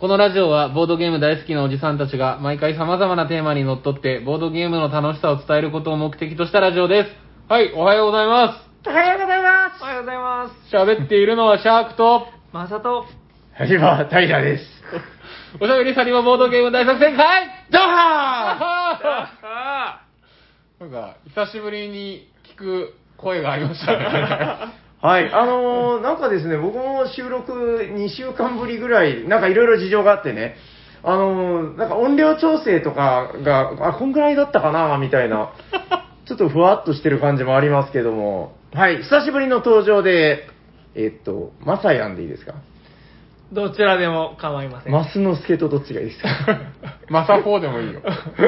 このラジオはボードゲーム大好きなおじさんたちが毎回様々なテーマにのっとってボードゲームの楽しさを伝えることを目的としたラジオです。はい、おはようございまおはようございます。 おはようございます。 す。喋っているのはシャークと、 まさと、 はじま、平です。 おしゃべりサニバボードゲーム大作戦会ドハなんか、久しぶりに聞く声がありましたね。 はい、なんかですね、僕も収録2週間ぶりぐらい、なんかいろいろ事情があってね、なんか音量調整とかが、こんぐらいだったかな、みたいな、ちょっとふわっとしてる感じもありますけども、はい、久しぶりの登場で、マサヤンでいいですか？ どちらでも構いません。 マスノスケとどっちがいいですか？ マサ4でもいいよ。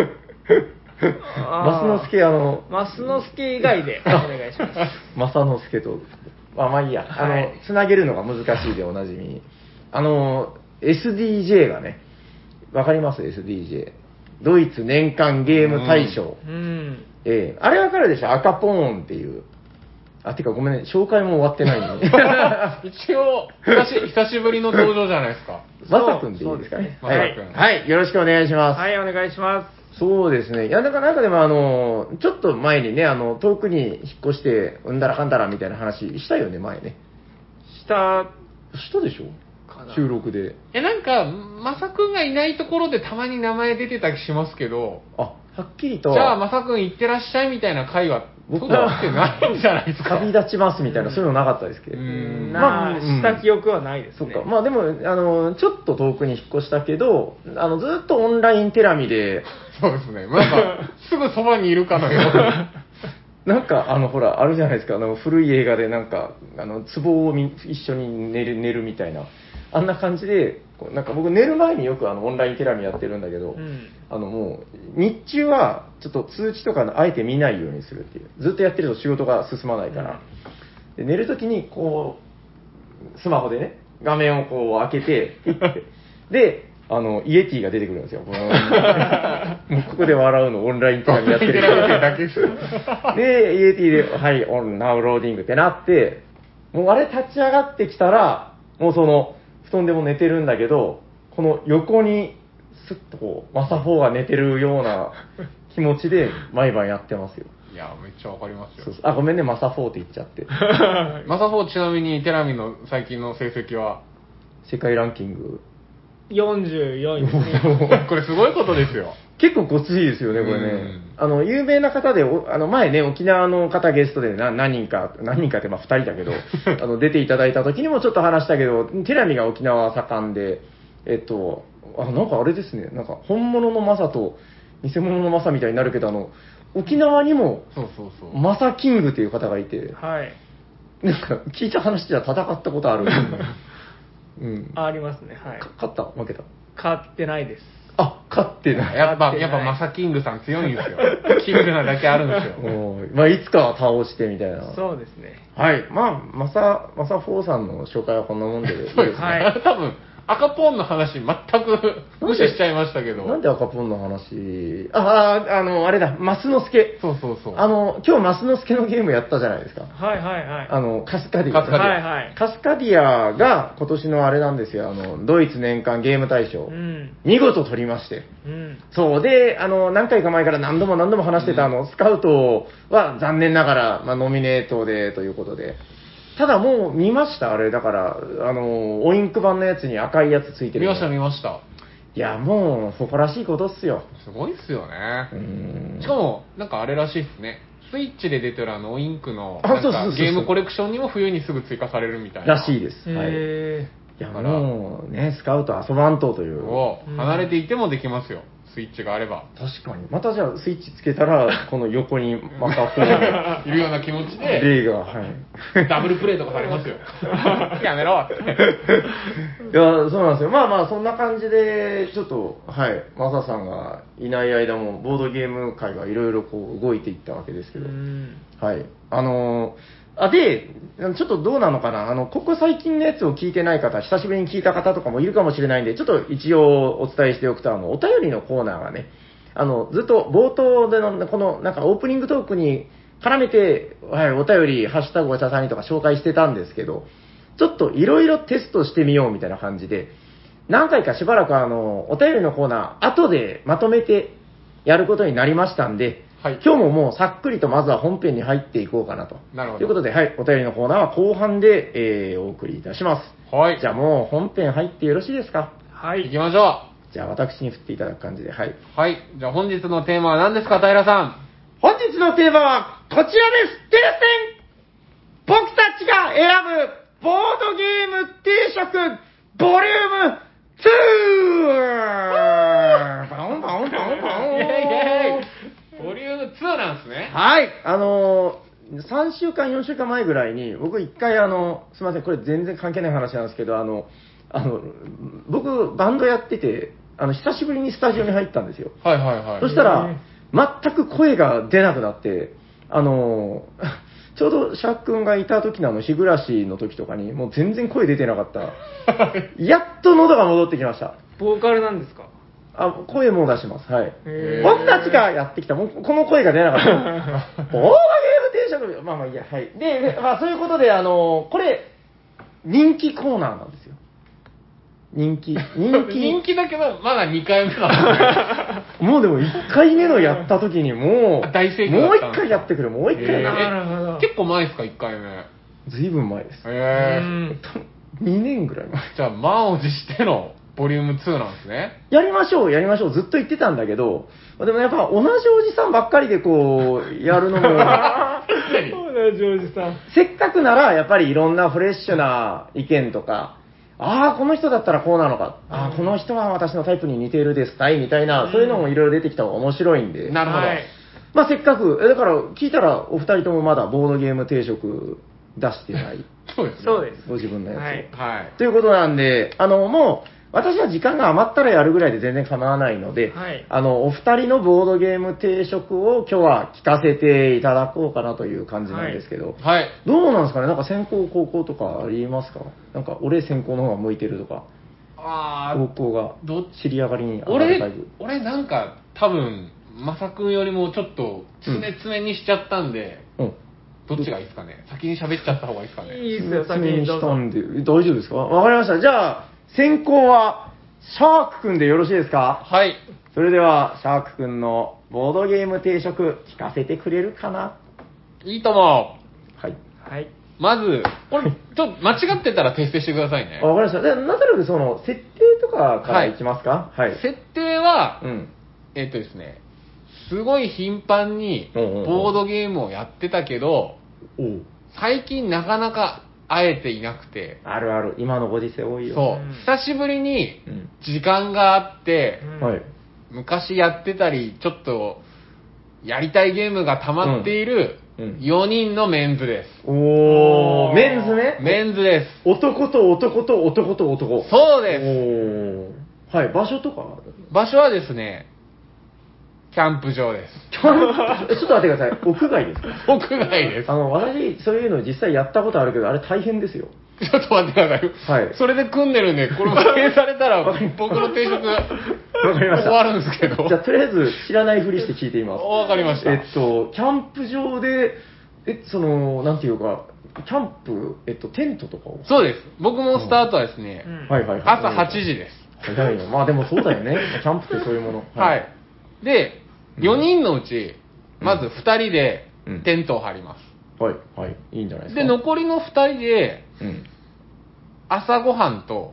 マスノスケ、 マスノスケ以外でお願いします。 マサノスケと、まあいいや、 はいつなげるのが難しいでおなじみ。SDJ がね、わかります ?SDJ。ドイツ年間ゲーム大賞。 うん。 あれわかるでしょ？赤ポーンっていう。てかごめんね、紹介も終わってないのに。 一応久しぶりの登場じゃないですか。 マサ君でいいですかね。 そうですねはい。はい、よろしくお願いします。 はい、お願いします。 そうですね。いや、なんかでもちょっと前にね、遠くに引っ越して、うんだらかんだらみたいな話したよね、前ね。したでしょ？収録で。 なんか、マサ君がいないところでたまに名前出てたりしますけど、 はっきりと。 じゃあマサ君行ってらっしゃいみたいな会話、 僕はってないんじゃないですか。 旅立ちますみたいな、そういうのなかったですけど。 した記憶はないですね。 そっか。まあでも、ちょっと遠くに引っ越したけど、ずっとオンラインテラミで、 そうですね。なんか、すぐそばにいるかのような。 なんか、ほら、あるじゃないですか、古い映画でなんか、壺を一緒に寝るみたいな。あんな感じで、なんか僕寝る前によくオンラインテラミやってるんだけど、もう、日中はちょっと通知とかあえて見ないようにするっていう。ずっとやってると仕事が進まないから。で寝るときに、こう、スマホでね、画面をこう開けて、ピッてで、イエティが出てくるんですよ。もうここで笑うのオンラインテラミやってるだけですよ。 で、イエティで、はい、ナウローディングってなって、もうあれ立ち上がってきたら、もうその、布団でも寝てるんだけど、この横に、スッとこう、マサ4が寝てるような気持ちで、毎晩やってますよ。 いや、めっちゃわかりますよ。 ごめんね、マサ4って言っちゃって。 マサ4ちなみにテラミの最近の成績は世界ランキング。 44位ですね。 これすごいことですよ。 結構ごついですよね、これね。有名な方で、前ね、沖縄の方ゲストで何人かってまあ2人だけど、出ていただいた時にもちょっと話したけど、テラミが沖縄盛んで、なんかあれですね、なんか本物のマサと偽物のマサみたいになるけど、沖縄にも、マサキングっていう方がいて、 はい。 なんか聞いた話じゃ戦ったことある。 ありますね、はい。 勝った負けた勝ってないです。 勝ってない。 やっぱマサキングさん強いんですよ。キングなだけあるんですよ。 まあ、いつかは倒してみたいな。 そうですね。 はい。まあ、マサ4さんの紹介はこんなもんで。 そうですね。はい、多分、赤ポンの話全く無視しちゃいましたけど。 なんで赤ポンの話あれだ、マスノスケ。 そう。 今日マスノスケのゲームやったじゃないですか。 はい。 カスカディア。カスカディアが今年のあれなんですよ。ドイツ年間ゲーム大賞。見事取りまして。そう。で、何回か前から何度も話してたスカウトは残念ながら、まあ、ノミネートでということで。ただもう見ましたあれ、だから、オインク版のやつに赤いやつついてる。 見ました。 いや、もう、誇らしいことっすよ。 すごいっすよね。しかも、なんかあれらしいっすね。スイッチで出てるオインクの、なんかゲームコレクションにも冬にすぐ追加されるみたいな。 らしいです。はい。いや、もう、ね、スカウト遊ばんという。 離れていてもできますよ。スイッチがあれば。 確かに。またじゃあスイッチつけたら、この横にまたいるような気持ちで、 レイが、はい。 ダブルプレイとかされますよ。やめろって。いや、そうなんですよ。まあ、そんな感じで、ちょっと、はい、マサさんがいない間も、ボードゲーム界がいろいろこう動いていったわけですけど、はい。で、ちょっとどうなのかな、ここ最近のやつを聞いてない方、久しぶりに聞いた方とかもいるかもしれないんで、ちょっと一応お伝えしておくと、お便りのコーナーがね、ずっと冒頭での、この、なんかオープニングトークに絡めて、はい、お便り、ハッシュタグお茶さんにとか紹介してたんですけど、ちょっといろいろテストしてみようみたいな感じで、 何回かしばらくお便りのコーナー、後でまとめてやることになりましたんで、 はい。 今日ももうさっくりとまずは本編に入っていこうかなと。 なるほど。 ということで、はい、お便りのコーナーは後半で、お送りいたします。 はい。 じゃあもう本編入ってよろしいですか？ はい。 行きましょじゃあ私に振っていただく感じで、はい。 う。はい。じゃあ本日のテーマは何ですか、平さん。 本日のテーマはこちらです。テレセン僕たちが選ぶボードゲーム定食ボリューム 2! バオンバオンバオンバオン。 イェイイェイ。ボリューム2なんですね。 はい。3週間、4週間前ぐらいに、僕一回すいません、これ全然関係ない話なんですけど、僕バンドやってて、久しぶりにスタジオに入ったんですよ。 はいはいはい。 そしたら、全く声が出なくなって、ちょうどシャーク君がいた時の日暮らしの時とかに、もう全然声出てなかった。やっと喉が戻ってきました。 ボーカルなんですか？ 声も出します。はい。僕たちがやってきた、もうこの声が出なかった。ボードゲーム定食、まあまあいいや、はい。で、まあそういうことで、これ、人気コーナーなんですよ。人気だけど、まだ2回目だもんね。もうでも1回目のやった時にもう、 大盛況もう1 だったんですか？ 回やってくれ、もう1回なるほど。 結構前ですか、1回目。 ずいぶん前です。 2 年ぐらい前。 じゃあ、満を持してのボリューム2なんですね。 やりましょう、ずっと言ってたんだけど、でもやっぱ同じおじさんばっかりでこう、やるのも、 同じおじさん。 せっかくならやっぱりいろんなフレッシュな意見とか、この人だったらこうなのか、この人は私のタイプに似ているですかいみたいな、そういうのもいろいろ出てきた方が面白いんで。 なるほど。 はい、 まあせっかく、だから聞いたらお二人ともまだボードゲーム定食出してない。 そうですね。 そうです。 ご自分のやつを。 はい。 はい。 ということなんで、もう、私は時間が余ったらやるぐらいで全然構わないので、 はい、 お二人のボードゲーム定食を今日は聞かせていただこうかなという感じなんですけど、 はい。 どうなんですかね、なんか先行後攻とかありますか？なんか俺先行の方が向いてるとか、後攻が知り上がりに上がるタイプ。 俺なんか多分、まさくんよりもちょっと詰めにしちゃったんで、どっちがいいですかね？先に喋っちゃった方がいいですかね？ いいですよ、先ににどうぞ。 したんで、大丈夫ですか？わかりました。じゃあ、先行は、シャークくんでよろしいですか？ はい。 それでは、シャークくんのボードゲーム定食、聞かせてくれるかな？ いいと思う。 はい。 はい。 まず、これ、ちょっと間違ってたら訂正してくださいね。 わかりました。で、なんとなくその、設定とかからいきますか？はい。 設定は、 うん。 ですね、すごい頻繁にボードゲームをやってたけど、最近なかなか会えていなくて。 あるある。今のご時世多いよ。 そう。久しぶりに時間があって、 はい。 昔やってたり、ちょっとやりたいゲームが溜まっている4人のメンズです。 おー、メンズね。 メンズです。 男と男と男と男。 そうです。 おー。はい、場所とか場所はですね、キャンプ場です。 ちょっと待ってください。屋外ですか？ 屋外です。 私、そういうの実際やったことあるけど、あれ大変ですよ。 ちょっと待ってください。 はい。 それで組んでるんで、これ経営されたら、僕の定食、 わかりました。 終わるんですけど。 じゃあ、とりあえず知らないふりして聞いてみます。 わかりました。 キャンプ場で、なんていうか、キャンプ、テントとかをそうです。僕もスタートはですね、 はいはいはい。 朝8時です。 早いの。まあでもそうだよね。キャンプってそういうもの。 はい。で、4人のうち、まず2人でテントを張ります。 はい、はい。いいんじゃないですか。 で、残りの2人で、朝ごはんと、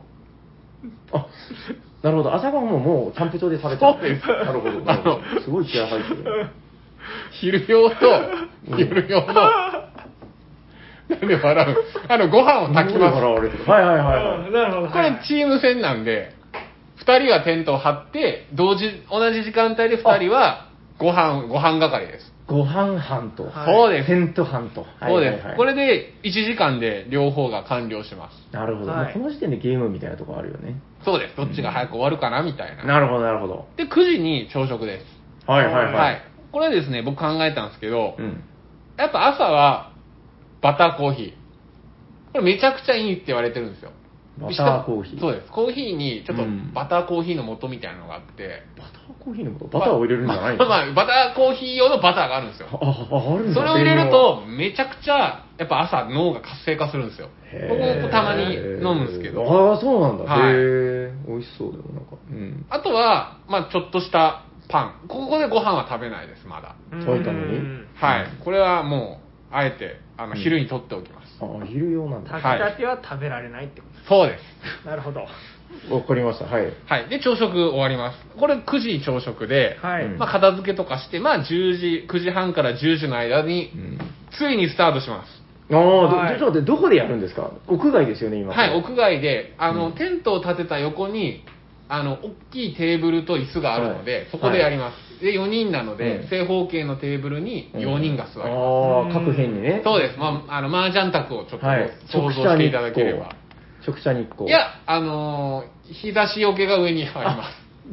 なるほど。朝ごはんももうキャンプ場で食べた。 そうです。 なるほど。すごい気合入ってる。 昼用と夜用の、なんで笑うご飯を炊きます。 はいはいはい。 なるほど。 これチーム戦なんで、2人がテントを張って、同じ時間帯で2人はご飯係です。 ご飯班と。 そうです。 テント班と。 そうです。これで1時間で両方が完了します。 なるほど。この時点でゲームみたいなとこあるよね。 そうです。どっちが早く終わるかなみたいな。 なるほど、なるほど。 で、9時に朝食です。 はいはいはい。 これですね、僕考えたんですけど、やっぱ朝はバターコーヒー。これめちゃくちゃいいって言われてるんですよ。 バターコーヒー。 そうです。コーヒーにちょっとバターコーヒーの素みたいなのがあって。 バターコーヒーの素？バターを入れるんじゃないの？ まあ、バターコーヒー用のバターがあるんですよ。 あるんだ。 それを入れると、めちゃくちゃ、やっぱ朝脳が活性化するんですよ。僕もたまに飲むんですけど。 そうなんだ。 はい。 美味しそうでもなんか。うん。 あとは、まあちょっとしたパン。ここでご飯は食べないです、まだ。 炊いたのに。 はい。これはもう、あえて、昼に取っておきます。 あ、昼用なんだ。 炊きたては食べられないってことです。 そうです。 なるほど。 わかりました。はい。 はい。で、朝食終わります。これ9時朝食で、 はい。 まあ片付けとかして、まあ10時、9時半から10時の間に、ついにスタートします。 ああ、ちょっと待って、どこでやるんですか？屋外ですよね、今。 はい、屋外で、テントを立てた横に、大きいテーブルと椅子があるので、そこでやります。で、4人なので、正方形のテーブルに4人が座ります。 ああ、各辺にね。 そうです。まあ、麻雀卓をちょっと想像していただければ。 直射日光。 いや、日差しよけが上にあります。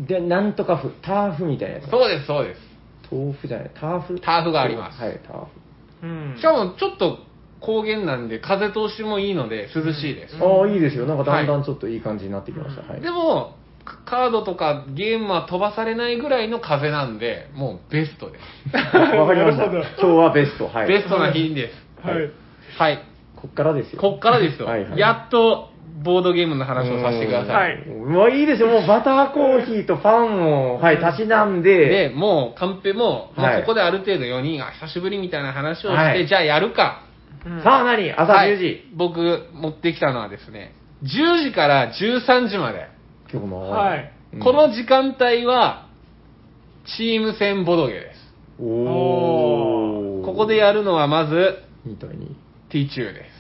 で、なんとか麩、ターフみたいなやつ。 そうです、そうです。 豆腐じゃない、ターフ。 ターフがあります。 はい、ターフ。 しかも、ちょっと高原なんで、風通しもいいので、涼しいです。 ああ、いいですよ。なんかだんだんちょっといい感じになってきました。はい。 でも、カードとかゲームは飛ばされないぐらいの風なんで、もうベストです。 わかりました。今日はベスト。はい。 ベストな日です。 はい。 はい。 こっからですよ。 こっからですよ。 はいはい、 やっと、ボードゲームの話をさせてください。 はい。 もういいですよ。もうバターコーヒーとパンを、はい、たしなんで。 で、もうカンペも、もうここである程度4人が久しぶりみたいな話をして、じゃあやるか。 さあ何？朝10時、 僕、持ってきたのはですね、10時から13時まで。 今日の。 はい。 この時間帯は、チーム戦ボドゲです。 おー。 ここでやるのはまず、 みたいに。 ティチューです。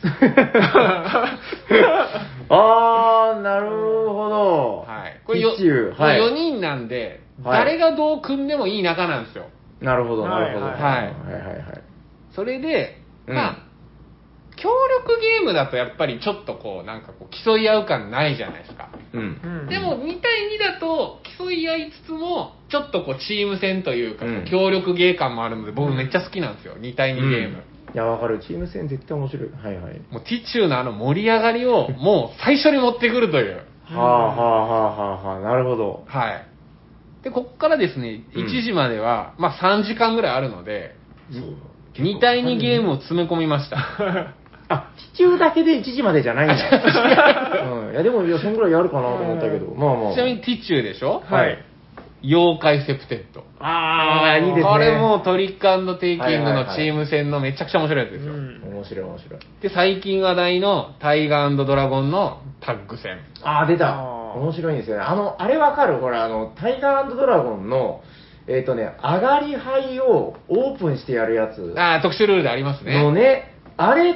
あー、なるほど。 はい。これティチュー。はい。 4人なんで、誰がどう組んでもいい仲なんですよ。 なるほど、なるほど。 はい。 はいはいはい。 それで、まあ、協力ゲームだとやっぱりちょっとこう、なんかこう、競い合う感ないじゃないですか。でも、2対2だと、競い合いつつも、ちょっとこう、チーム戦というか、協力ゲー感もあるので、僕めっちゃ好きなんですよ。2対2ゲーム。 いや、わかる。チーム戦絶対面白い。はいはい。 もうティチューの盛り上がりを、もう最初に持ってくるという。 はあはあはあはあ、なるほど。 はい。で、こっからですね、1時までは、まあ3時間ぐらいあるので、2対2ゲームを詰め込みました。 あ、地中だけで1時までじゃないんだ。いや、でも、いや、そんぐらいやるかなと思ったけど、まあまあ。 ちなみにティチューでしょ？ はい。 妖怪セプテッド。 ああ、いいですね。 これもトリック&テイキングのチーム戦のめちゃくちゃ面白いやつですよ。 面白い面白い。 で、最近話題のタイガー&ドラゴンのタッグ戦。 ああ、出た。面白いんですよね。あれわかる？ほら、タイガー&ドラゴンの、上がり牌をオープンしてやるやつ。 ああ、特殊ルールでありますね。 のね、あれって、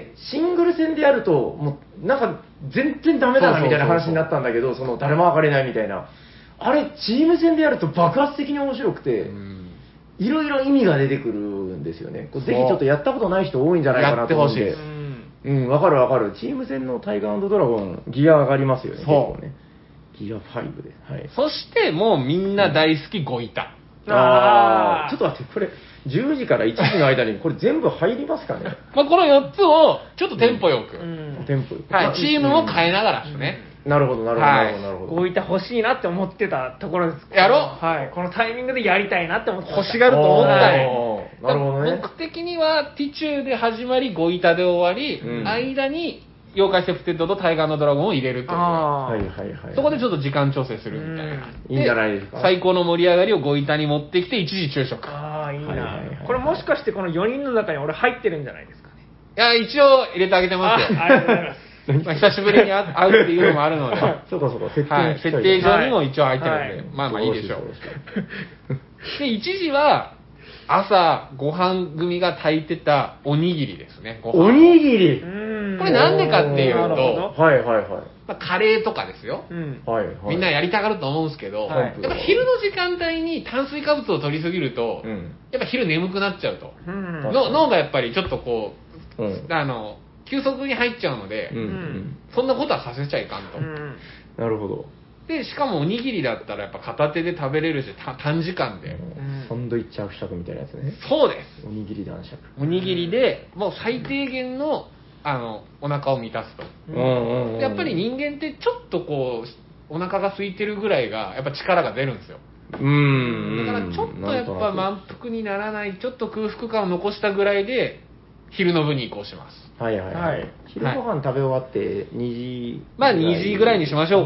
シングル戦でやると、もう、なんか、全然ダメだなみたいな話になったんだけど、誰も上がれないみたいな。あれ、チーム戦でやると爆発的に面白くて、いろいろ意味が出てくるんですよね。ぜひちょっとやったことない人多いんじゃないかなと思うんで。 やってほしいです。 うん、わかるわかる。チーム戦のタイガー&ドラゴン、ギア上がりますよね、結構ね。ギア5で。はい。 そして、もうみんな大好きゴイタ。 ああ、ちょっと待って、これ、10時から1時の間に、これ全部入りますかね？ まあこの4つを、ちょっとテンポよく。 テンポよく。 はい、チームも変えながらですね。 なるほど、なるほど、なるほど、なるほど。 こういった欲しいなって思ってたところです。 やろ？ はい。このタイミングでやりたいなって思ってました。 欲しがると思ったね。 なるほどね。 僕的には、ティチューで始まり、ゴイタで終わり、間に、妖怪セプテッドとタイガーのドラゴンを入れるという。 はいはいはい。 そこでちょっと時間調整するみたいな。 いいんじゃないですか。 最高の盛り上がりをゴイタに持ってきて、一時昼食。 ああ、いいな。これもしかしてこの4人の中に俺入ってるんじゃないですかね。 いや、一応入れてあげてますよ。 ありがとうございます。 まあ久しぶりに会うっていうのもあるので。 そうかそうか、設定上にも一応入ってるんで、まあまあいいでしょう。で、1時は、朝、ご飯組が炊いてたおにぎりですね。 おにぎりこれなんでかっていうと、 はいはいはい。 まあ、カレーとかですよ。 はいはい。 みんなやりたがると思うんですけど、やっぱ昼の時間帯に炭水化物を取りすぎると、やっぱ昼眠くなっちゃうと。脳がやっぱりちょっとこう、休息に入っちゃうので、そんなことはさせちゃいかんと。 なるほど。 で、しかもおにぎりだったらやっぱ片手で食べれるし、短時間で。 サンドイッチ伯爵みたいなやつね。 そうです。 おにぎり男爵。 おにぎりで、もう最低限の、お腹を満たすと。やっぱり人間ってちょっとこう、お腹が空いてるぐらいが、やっぱ力が出るんですよ。だからちょっとやっぱ満腹にならない、ちょっと空腹感を残したぐらいで、昼の部に移行します。 はいはいはい。昼ご飯食べ終わって2時。 まあ2時ぐらいにしましょうか。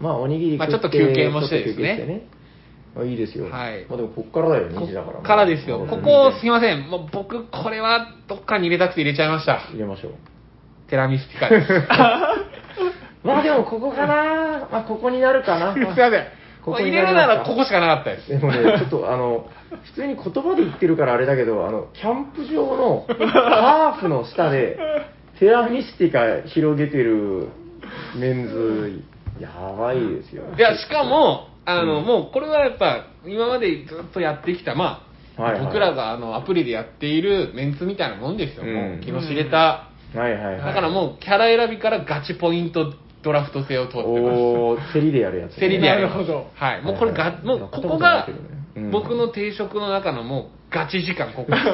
まあ、おにぎり食って、 まあちょっと休憩もしてですねちょっと休憩してね。あ、いいですよ。 はいまあでも、こっからだよ、2時だから。 こっからですよ。 まあここ、すいません。もう僕、これはどっかに入れたくて入れちゃいました。 入れましょう。 テラミスティカです。 まあでも、ここかな。まあ、ここになるかな。 すいません。 ここ入になりますかれるならここしかなかったです。 でもね、ちょっと普通に言葉で言ってるからあれだけど、キャンプ場のハーフの下で、テラミスティカ広げてるメンズ、やばいですよ。 いや、しかも、 うんもうこれはやっぱ、今までずっとやってきた、まあ、 はいはい僕らがアプリでやっているメンツみたいなもんですよ。もうんう気の知れた。 はいはいはい。 だからもう、キャラ選びからガチポイントドラフト制を取ってます。 おー、競りでやるやつ、ね。 競りでやる。 なるほどはい。もうこれが、もうここが、僕の定食の中のもうガチ時間、ここです。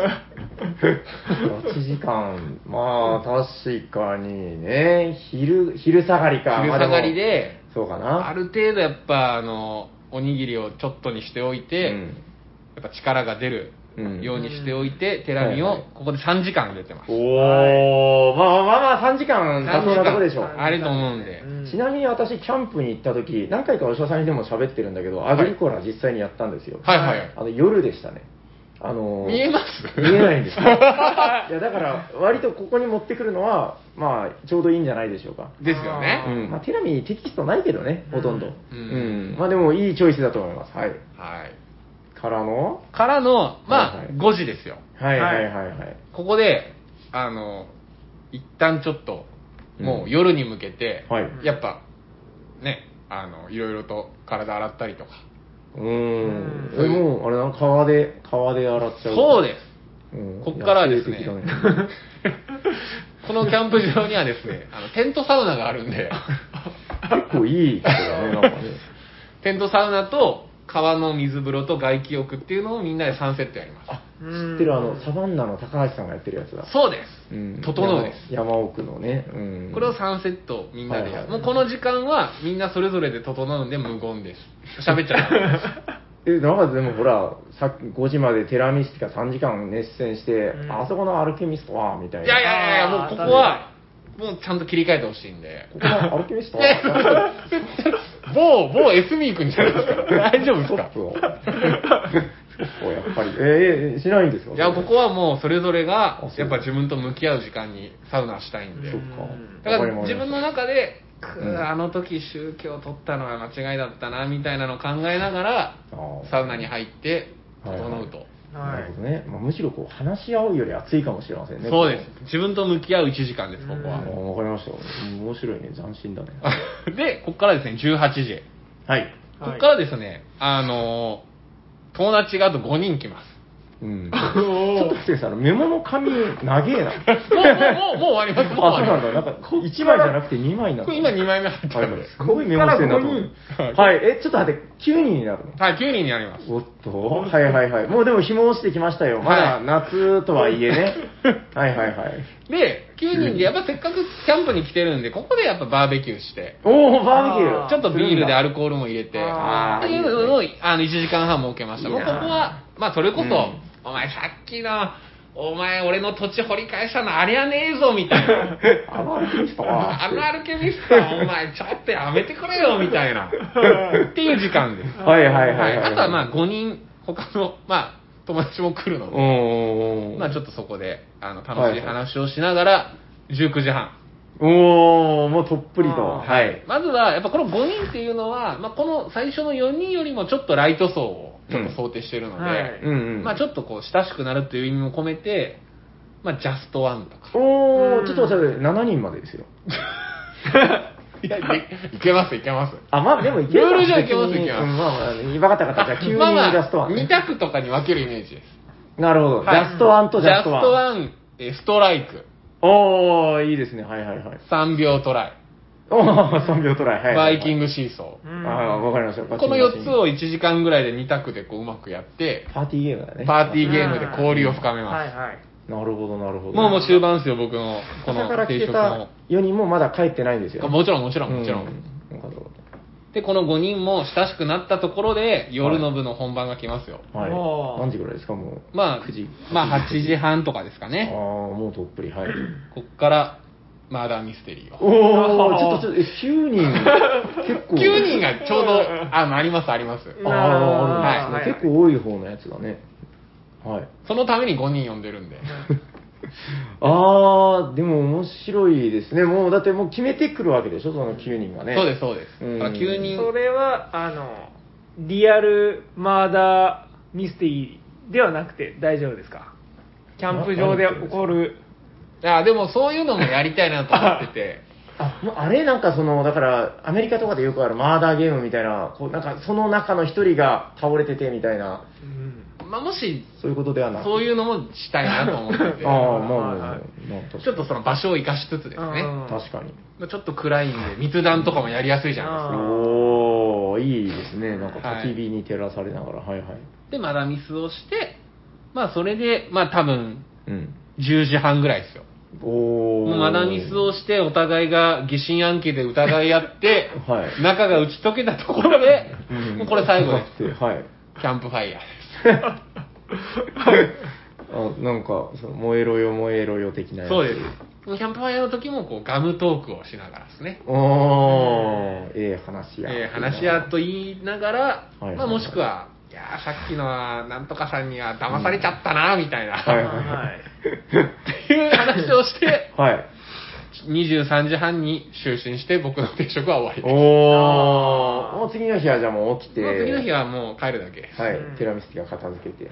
8時間、まあ、確かにね、昼下がりか。 昼下がりで、 そうかな。 ある程度やっぱ、おにぎりをちょっとにしておいて、 うんやっぱ力が出るようにしておいて、テラミをはいはいここで3時間入れてます。 おー、まあ、3時間妥当なとこでしょ。 あると思うんで。 ちなみに私、キャンプに行った時、何回かお医者さんにでも喋ってるんだけど、アグリコラ実際にやったんですよ。 はいはい。 夜でしたね。 見えます見えないんですよ。いや、だから、割とここに持ってくるのは、まあ、ちょうどいいんじゃないでしょうか。 ですよね。 うん。まあ、テラミテキストないけどね、ほとんど。 うんまあ、でも、いいチョイスだと思います。はい。 はい。 からのからの、まあ、 はいはい 5時ですよ。 はいはいはいはい。 ここで、一旦ちょっと、もう夜に向けて、 はい。 やっぱ、ね、いろいろと体洗ったりとか。 もう、あれな、川で洗っちゃう。 そうです。 うんこっからはですね野生的だねこのキャンプ場にはですね、テントサウナがあるんで、 結構いい人だね、なんかね。 テントサウナと川の水風呂と外気浴っていうのをみんなで3セットやります。 あ、知ってる、サバンナの高橋さんがやってるやつだ。 そうです。 うん整うです。 山奥のね。うん。 これを3セットみんなでやる。 はいはいもうこの時間はみんなそれぞれで整うんで無言です。喋っちゃダメです。 なんかでもほら、さっき5時までテラミスティカ3時間熱戦して、あそこのアルケミストは、みたいな。 いやいやいや、もうここは、もうちゃんと切り替えてほしいんで。 ここのアルケミストは、 某エスミー君じゃないですか。大丈夫ですかストップを。ストップをやっぱり。しないんですかいや、ここはもうそれぞれがあ、そうやっぱ自分と向き合う時間にサウナしたいんで。 そっか。 だから自分の中で、 うんあの時宗教を取ったのは間違いだったな、みたいなのを考えながら、サウナに入って、整うと。 なるほどね。まあ、むしろこう話し合うより熱いかもしれませんね。 そうです。自分と向き合う1時間です、ここは。 わかりました。面白いね。斬新だね。 で、ここからですね、18時。 はい。 ここからですね、友達があと5人来ます。 うん。ちょっと失礼さ、メモの紙、長えな。 もう終わります。もうあ、 終わります。 そうなんだ。なんか、1枚じゃなくて2枚になった。 これ今2枚目入ったんで。 すごいメモしてんなと思って。はい。ちょっと待って、9人になるのはい、9人になります。 おっと、はいはいはい。もうでも日も落ちてきましたよ。まだ夏とはいえね。はいはいはい。 で、9人でやっぱせっかくキャンプに来てるんで、ここでやっぱバーベキューして、 おー、バーベキュー。 ちょっとビールでアる。 ルコールも入れて、 あーっていうのを1時間半設けました。もういいなここは、まあそれこそ、 うんお前さっきの、お前俺の土地掘り返したのありゃねえぞみたいな。 あのアルケミストは。 あのアルケミストはお前ちょっとやめてくれよみたいな。っていう時間です。 はいはいはいはい。 あとはまあ5人、他の、まあ友達も来るので、 おー。 まあちょっとそこで楽しい話をしながら、19時半。 おー、もうとっぷりと。 はいまずは、やっぱこの5人っていうのは、まあ、この最初の4人よりもちょっとライト層をちょっと想定してるので、 はいうんうん。 まあちょっとこう親しくなるという意味も込めて、まあジャストワンとか。 おー、ちょっと待って、7人までですよ。 いや、いけます、いけます。 あ、まあでもいけるかルール上いけます別にいけますうんまあまあ、分かった分かった。じゃあ9人まあまあ、 ジャストワン。 2択とかに分けるイメージです。 なるほど。ジはいャストワンとジャストワン。 ジャストワン、ストライク、 おー、いいですね。はいはいはい。 3秒トライ、 おー、3秒トライ。はい。 バイキング。 グシーソー。 あー、わかりました。 この4つを1時間ぐらいで2択でこううまくやって、 パーティーゲームだね。 パーティーゲームで交流を深めます。 はいはい。 なるほど、なるほど。 もう終盤ですよ、僕のこの朝から来定食てたの。 4人もまだ帰ってないんですよ。 もちろん、もちろん、もちろん。 わかるわかで、この5人も親しくなったところで、夜の部の本番が来ますよ。 るはい。 おー何時ぐらいですか、もう。 まあ 9時。、 まあ8時半とかですかああ、 ね。 もうとっぷり、はい。 こっから、 マーダーミステリーを。 おー、ちょっと、9人、結構。 9人がちょうど、あります。 あるんですね。結構多い方のやつだね。はい。 そのために5人呼んでるんで。 でも面白いですね。もう、だってもう決めてくるわけでしょ、その9人がね。 そうです、そうです。9人。 それは、リアルマーダーミステリーではなくて大丈夫ですか？キャンプ場で起こる。 でもそういうのもやりたいなと思ってて。 あれなんかだから、アメリカとかでよくあるマーダーゲームみたいな、なんかその中の一人が倒れててみたいな。 もし、 そういうことではなく、 そういうのもしたいなと思ってて。ちょっとその場所を生かしつつですね。 確かに。 ちょっと暗いんで、密談とかもやりやすいじゃないですか。 いいですね。なんか焚き火に照らされながら。はいはい。 で、マダミスをして、それで、多分、10時半ぐらいですよ。もうマダミスをして、お互いが疑心暗鬼で疑い合って、仲が打ち解けたところで、もうこれ最後です。キャンプファイヤーです。 なんか燃えろよ燃えろよ的なやつ。 そうです。キャンプファイヤーの時もガムトークをしながらですね。 話や。 話やと言いながら、もしくは、いやさっきのはなんとかさんには騙されちゃったなみたいな、っていう話をして、23時半に就寝して僕の定食は終わりです。 もう次の日はじゃあもう起きて、 次の日はもう帰るだけです。 ティラミスティが片付けて。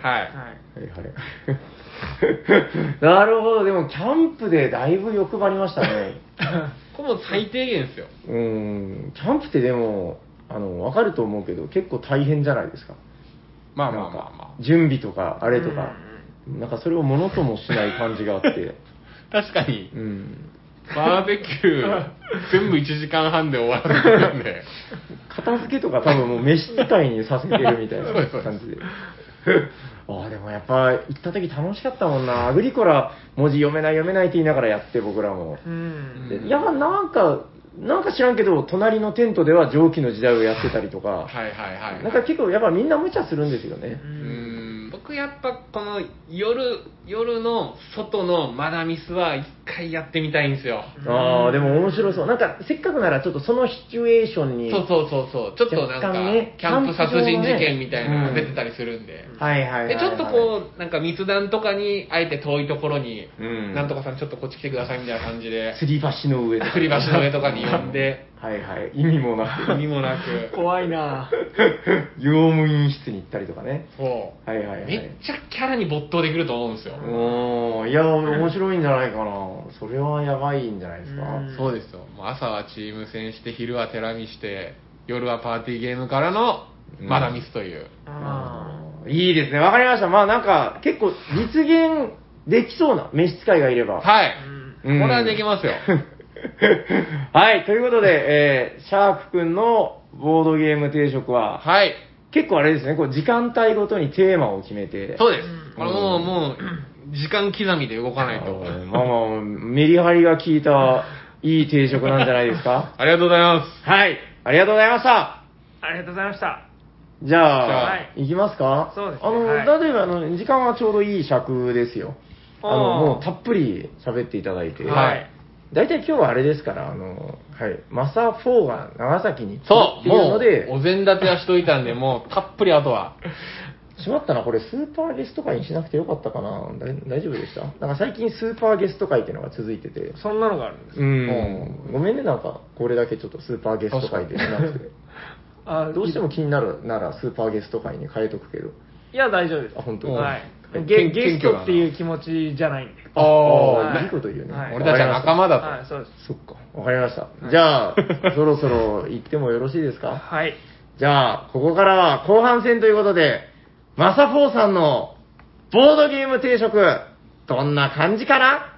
なるほど。でもキャンプでだいぶ欲張りましたね。 これも最低限ですよ。 キャンプってでも分かると思うけど結構大変じゃないですか。準備とかあれとか、なんかそれをものともしない感じがあって確かに、バーベキュー全部1時間半で終わらせてるんで片付けとか多分もう召使いにさせてるみたいな感じででもやっぱ行った時楽しかったもんな。アグリコラ文字読めないって言いながらやって僕らも。やっぱなんか知らんけど、隣のテントでは蒸気の時代をやってたりとか、なんか結構やっぱみんな無茶するんですよね。 僕やっぱこの夜の外のマダミスは一回やってみたいんですよ。 でも面白そう。なんかせっかくならちょっとそのシチュエーションに。 そう。ちょっとなんか、キャンプ殺人事件みたいなのが出てたりするんで。で、ちょっとなんか密談とかに、あえて遠いところに、なんとかさんちょっとこっち来てくださいみたいな感じで。 吊り橋の上とかに呼んで。 意味もなく。 怖いな業務員室に行ったりとかね。 めっちゃキャラに没頭できると思うんですよ。 いや、面白いんじゃないかな。それはやばいんじゃないですか。 そうですよ。朝はチーム戦して、昼はテラミして、夜はパーティーゲームからのマダミスという。 いいですね。わかりました。なんか、結構実現できそうな召使いがいれば。 これはできますよ。 ということで、シャークくんのボードゲーム定食は、結構あれですね、時間帯ごとにテーマを決めて。 そうです。もう、時間刻みで動かないと。 メリハリが効いた、いい定食なんじゃないですか。 ありがとうございます。 ありがとうございました。 ありがとうございました。 じゃあ、行きますか。 そうですね。例えば、時間はちょうどいい尺ですよ。もうたっぷり喋っていただいて。大体今日はあれですから、マサ4が長崎に来るっていうので、 もうお膳立てはしといたんで、もうたっぷりあとは。 しまったな、これスーパーゲスト会にしなくてよかったかな。大丈夫でした？なんか最近スーパーゲスト会っていうのが続いてて。 そんなのがあるんですごめんね、なんか、これだけちょっとスーパーゲスト会でしなくて。どうしても気になるならスーパーゲスト会に変えとくけど。 いや、大丈夫です。 本当に。 ゲストっていう気持ちじゃないんで。 いいこと言うね。 俺たちは仲間だと。 そうです。 そっか。わかりました。じゃあ、そろそろ行ってもよろしいですか？じゃあ、ここからは後半戦ということで、マサ4さんのボードゲーム定食、どんな感じかな？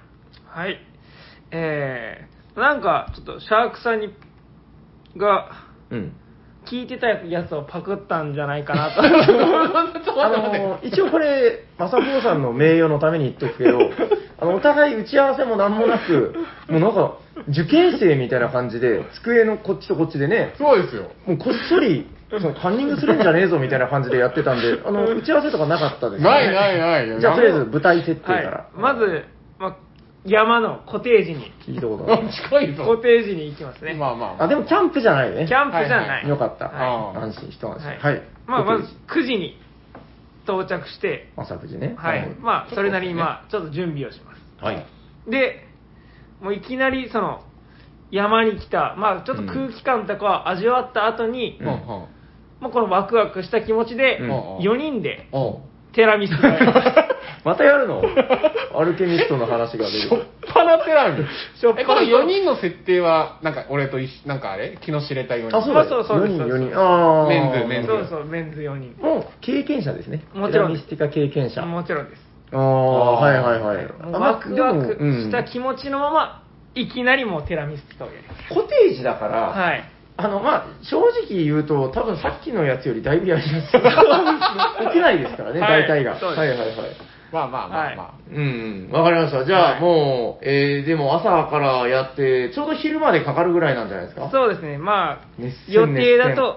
なんか、ちょっとシャークさんが、聞いてたやつをパクったんじゃないかなと。 一応これ、マサ4さんの名誉のために言っとくけど、お互い打ち合わせもなんもなく、もうなんか、受験生みたいな感じで、机のこっちとこっちでね、 そうですよ。 もうこっそり、カンニングするんじゃねえぞみたいな感じでやってたんで、打ち合わせとかなかったですね。 ない。 じゃあとりあえず舞台設定から。 まず、 山のコテージに、 聞いたことある。 近いぞ。 コテージに行きますね。 まあまあまあ。 あ、でもキャンプじゃないね。 キャンプじゃない。 よかった。 はい安心、一安心。 はいはい。 まあ、まずコテージ 9時に到着して、 朝9時ね。 はい。まあ、それなりに、まあ、ちょっと準備をします。 はい。 で、もういきなり、山に来た、まあ、ちょっと空気感とかを味わった後に、 うんはもうこのワクワクした気持ちで、 うん 4人であはあ。 テラミストをやります。 またやるのアルケミストの話が出しょっる。 ぱなテラミ。 しょっぱなこの4人の設定は、なんか俺となんかあれ気の知れた4人。 あ、そうだそうそうです 4人。ああ。 メンズそうそう、メンズ4人。 もう経験者ですね。 もちろんテラミスティカ経験者。 もちろんです。 ああ、はいはいはい。 もうワクワクした気持ちのまま、いきなりもうテラミストをやります。 コテージだから、 はい。 まあ、正直言うと、多分さっきのやつよりだいぶやりやすい。起きないですからね、 はい大体が。 そうですはいはいはい。 まあまあまあまあ。 うん、わかりました。じゃあ、 はいもう、でも朝からやって、ちょうど昼までかかるぐらいなんじゃないですか。 そうですね、まあ、 熱戦予定だと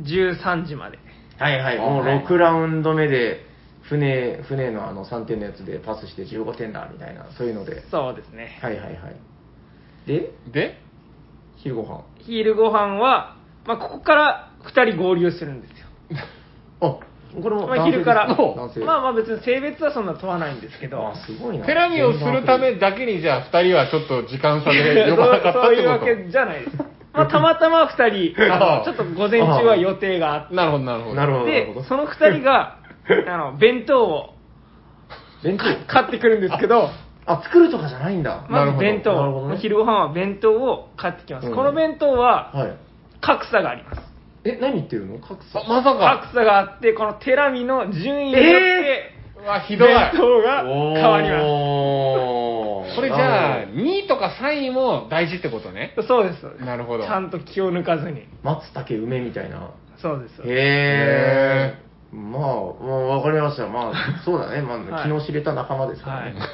13時まで。 はいはい、もう6ラウンド目で、船の3点のやつでパスして15点だ、みたいな、そういうので。 そうですね。 はいはいはい。で、 で昼ご飯。 昼ご飯は、まあ、ここから2人合流するんですよ。 あ、これもまあ、昼から。 男性。 まあまあ別に性別はそんな問わないんですけど。 あ、すごいな。 テラミをするためだけにじゃあ2人はちょっと時間差で呼ばなかったそうってこいうわけじゃないです。まあ、たまたま2人、 ああちょっと午前中は予定があっと。なるほどなるほど。 なるほど。 て、その2人が、弁当を弁当買ってくるんですけど、 あ、作るとかじゃないんだ。 まず弁当、 なるほどね昼ご飯は弁当を買ってきます。 うんこの弁当ははい。 格差があります。 何言ってるの格差。 まさか。 格差があって、このテラミの順位によって、 うわ、ひどい。 弁当が変わりまおーこれじゃあ、2位とか3位も大事ってことね。 す。そうです、そうです。 なるほど。 ちゃんと気を抜かずに。 松茸梅みたいな。 そうです。 へえ。まあ、もう分かりました。まあ、そうだね。まあ、 はい気の知れた仲間ですからね。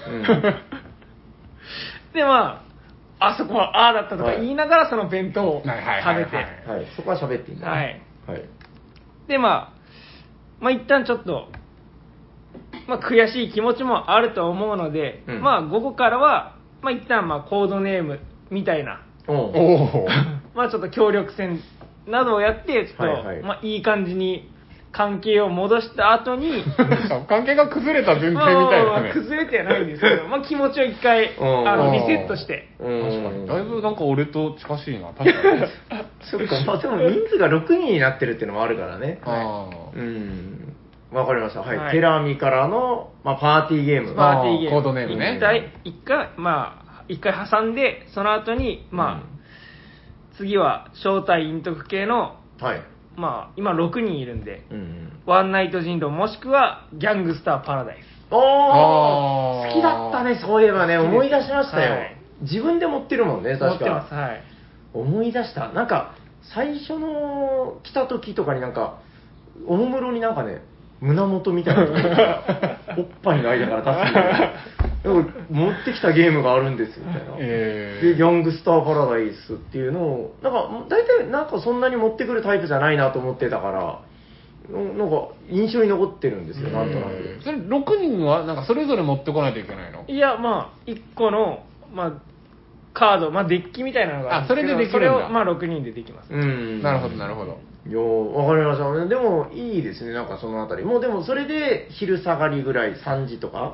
で、まあ、あそこはああだったとか言いながらその弁当を食べはいはいはいて、 はいうん。はい。そこは喋っていいんだね。 はい。 はい。 で、まあ一旦ちょっと、まあ悔しい気持ちもあると思うので、 うんまあ午後からは、まあ一旦まあコードネームみたいな、 おうおお。 まあちょっと協力戦などをやって、ちょっと、 はいはいまあいい感じに関係を戻した後に、 関係が崩れた前提みたいなね。 崩れてはないんですけど、まあ気持ちを一回、リセットして、 うん確かに。だいぶなんか俺と近しいな。確かに。 そっか、まあでも人数が6人になってるっていうのもあるからね。 あうん。わかりました。はい。 はいテラミからの、まあ、パーティーゲーム。 パーティーゲーム。 コードネームね一回、まあ、一回挟んで、その後に、まあ、次は正体陰徳系の、 はい。 まあ、今6人いるんで、 うん。 ワンナイト人狼もしくはギャングスターパラダイス。 おーあー好きだったね、そういえばね、 好きです思い出しましたよ。 はい自分で持ってるもんね、 持確か。 ってます。はい。 思い出した。なんか、最初の来た時とかになんか、おもむろになんかね、胸元みたいなのがおっぱいの間から立つみたいな。でも持ってきたゲームがあるんですみたいな。で、ギャングスターパラダイスっていうのを、なんか、大体なんかそんなに持ってくるタイプじゃないなと思ってたから、なんか印象に残ってるんですよ、なんとなく。 それ6人はなんかそれぞれ持ってこないといけないの？ いや、まあ、1個の、まあ、カード、まあ、デッキみたいなのがあるんですけど、 あそれでできるんだそれを、まあ、6人でできます。 うん。 なるほどなるほど。 いやわかりました。でも、いいですね、なんかそのあたり。もうでも、それで、昼下がりぐらい、3時とか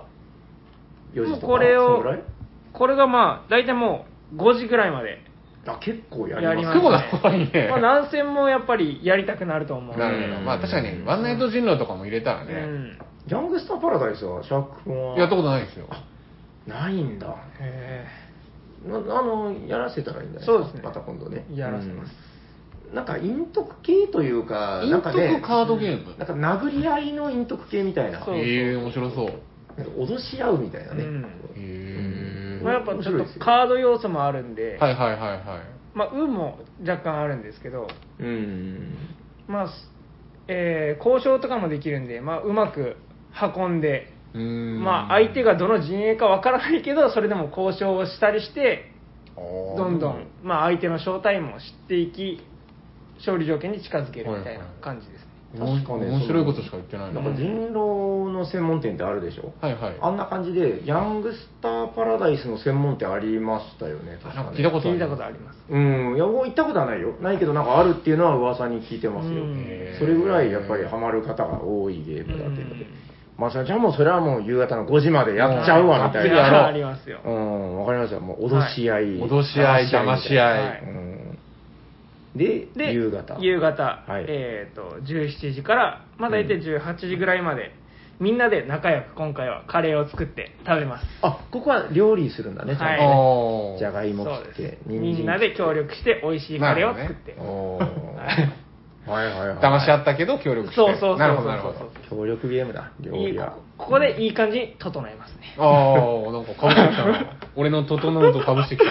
?4 時とかもうこれをそのぐらいこれがまあ、大体もう5時ぐらいまであ、結構ややりますります結構長いねまあ、何戦もやっぱりやりたくなると思う。 なるほど。まあ確かに、ワンナイト人狼とかも入れたらね、 うん。 ギャングスターパラダイスは、シャーク君は。 やったことないですよ。 ないんだ。 へやらせたらいいんだそうですねまた今度ね。 やらせますなんか、陰徳系というか、なんかね陰徳カードゲーム。 なんか殴り合いの陰徳系みたいな。 そう面白そう。 なんか脅し合うみたいなね。 うんへまあ、やっぱちょっ面白いですよとカード要素もあるんで、 はいはいはいはい。 まあ、運も若干あるんですけど、まあ、交渉とかもできるんで、まあ、うまく運んで、まあ、相手がどの陣営かわからないけど、それでも交渉をしたりして、どんどん、まあ、相手の正体も知っていき、勝利条件に近づけるみたいな感じですね。 確かね、 面白いことしか言ってないなんか人狼の専門店ってあるでしょ。 はいはい。 あんな感じで、ヤングスターパラダイスの専門店ありましたよね、確かね。 聞いたことあります。 うん、いや、もう行ったことはないよ。ないけど、なんかあるっていうのは噂に聞いてますよ。それぐらいやっぱりハマる方が多いゲームだっていうので。まあ、じゃあもうそれはもう夕方の5時までやっちゃうわ、みたいな。 ありますよ。 うん、わかりました。もう脅し合い。 脅し合い、騙し合い。 で、夕方。 17時から、まあ大体18時ぐらいまで、みんなで仲良く今回はカレーを作って食べます。 あ、ここは料理するんだね、ちゃんとね。じゃがいも切って、 みんなで協力して美味しいカレーを作って。 はいはいはい。 騙し合ったけど協力して。 そうなるほどなるほど。 協力ゲームだ、料理は。 ここでいい感じに整えますね。 ああ、なんかかぶしてきたな。俺の整うとかぶしてきたな。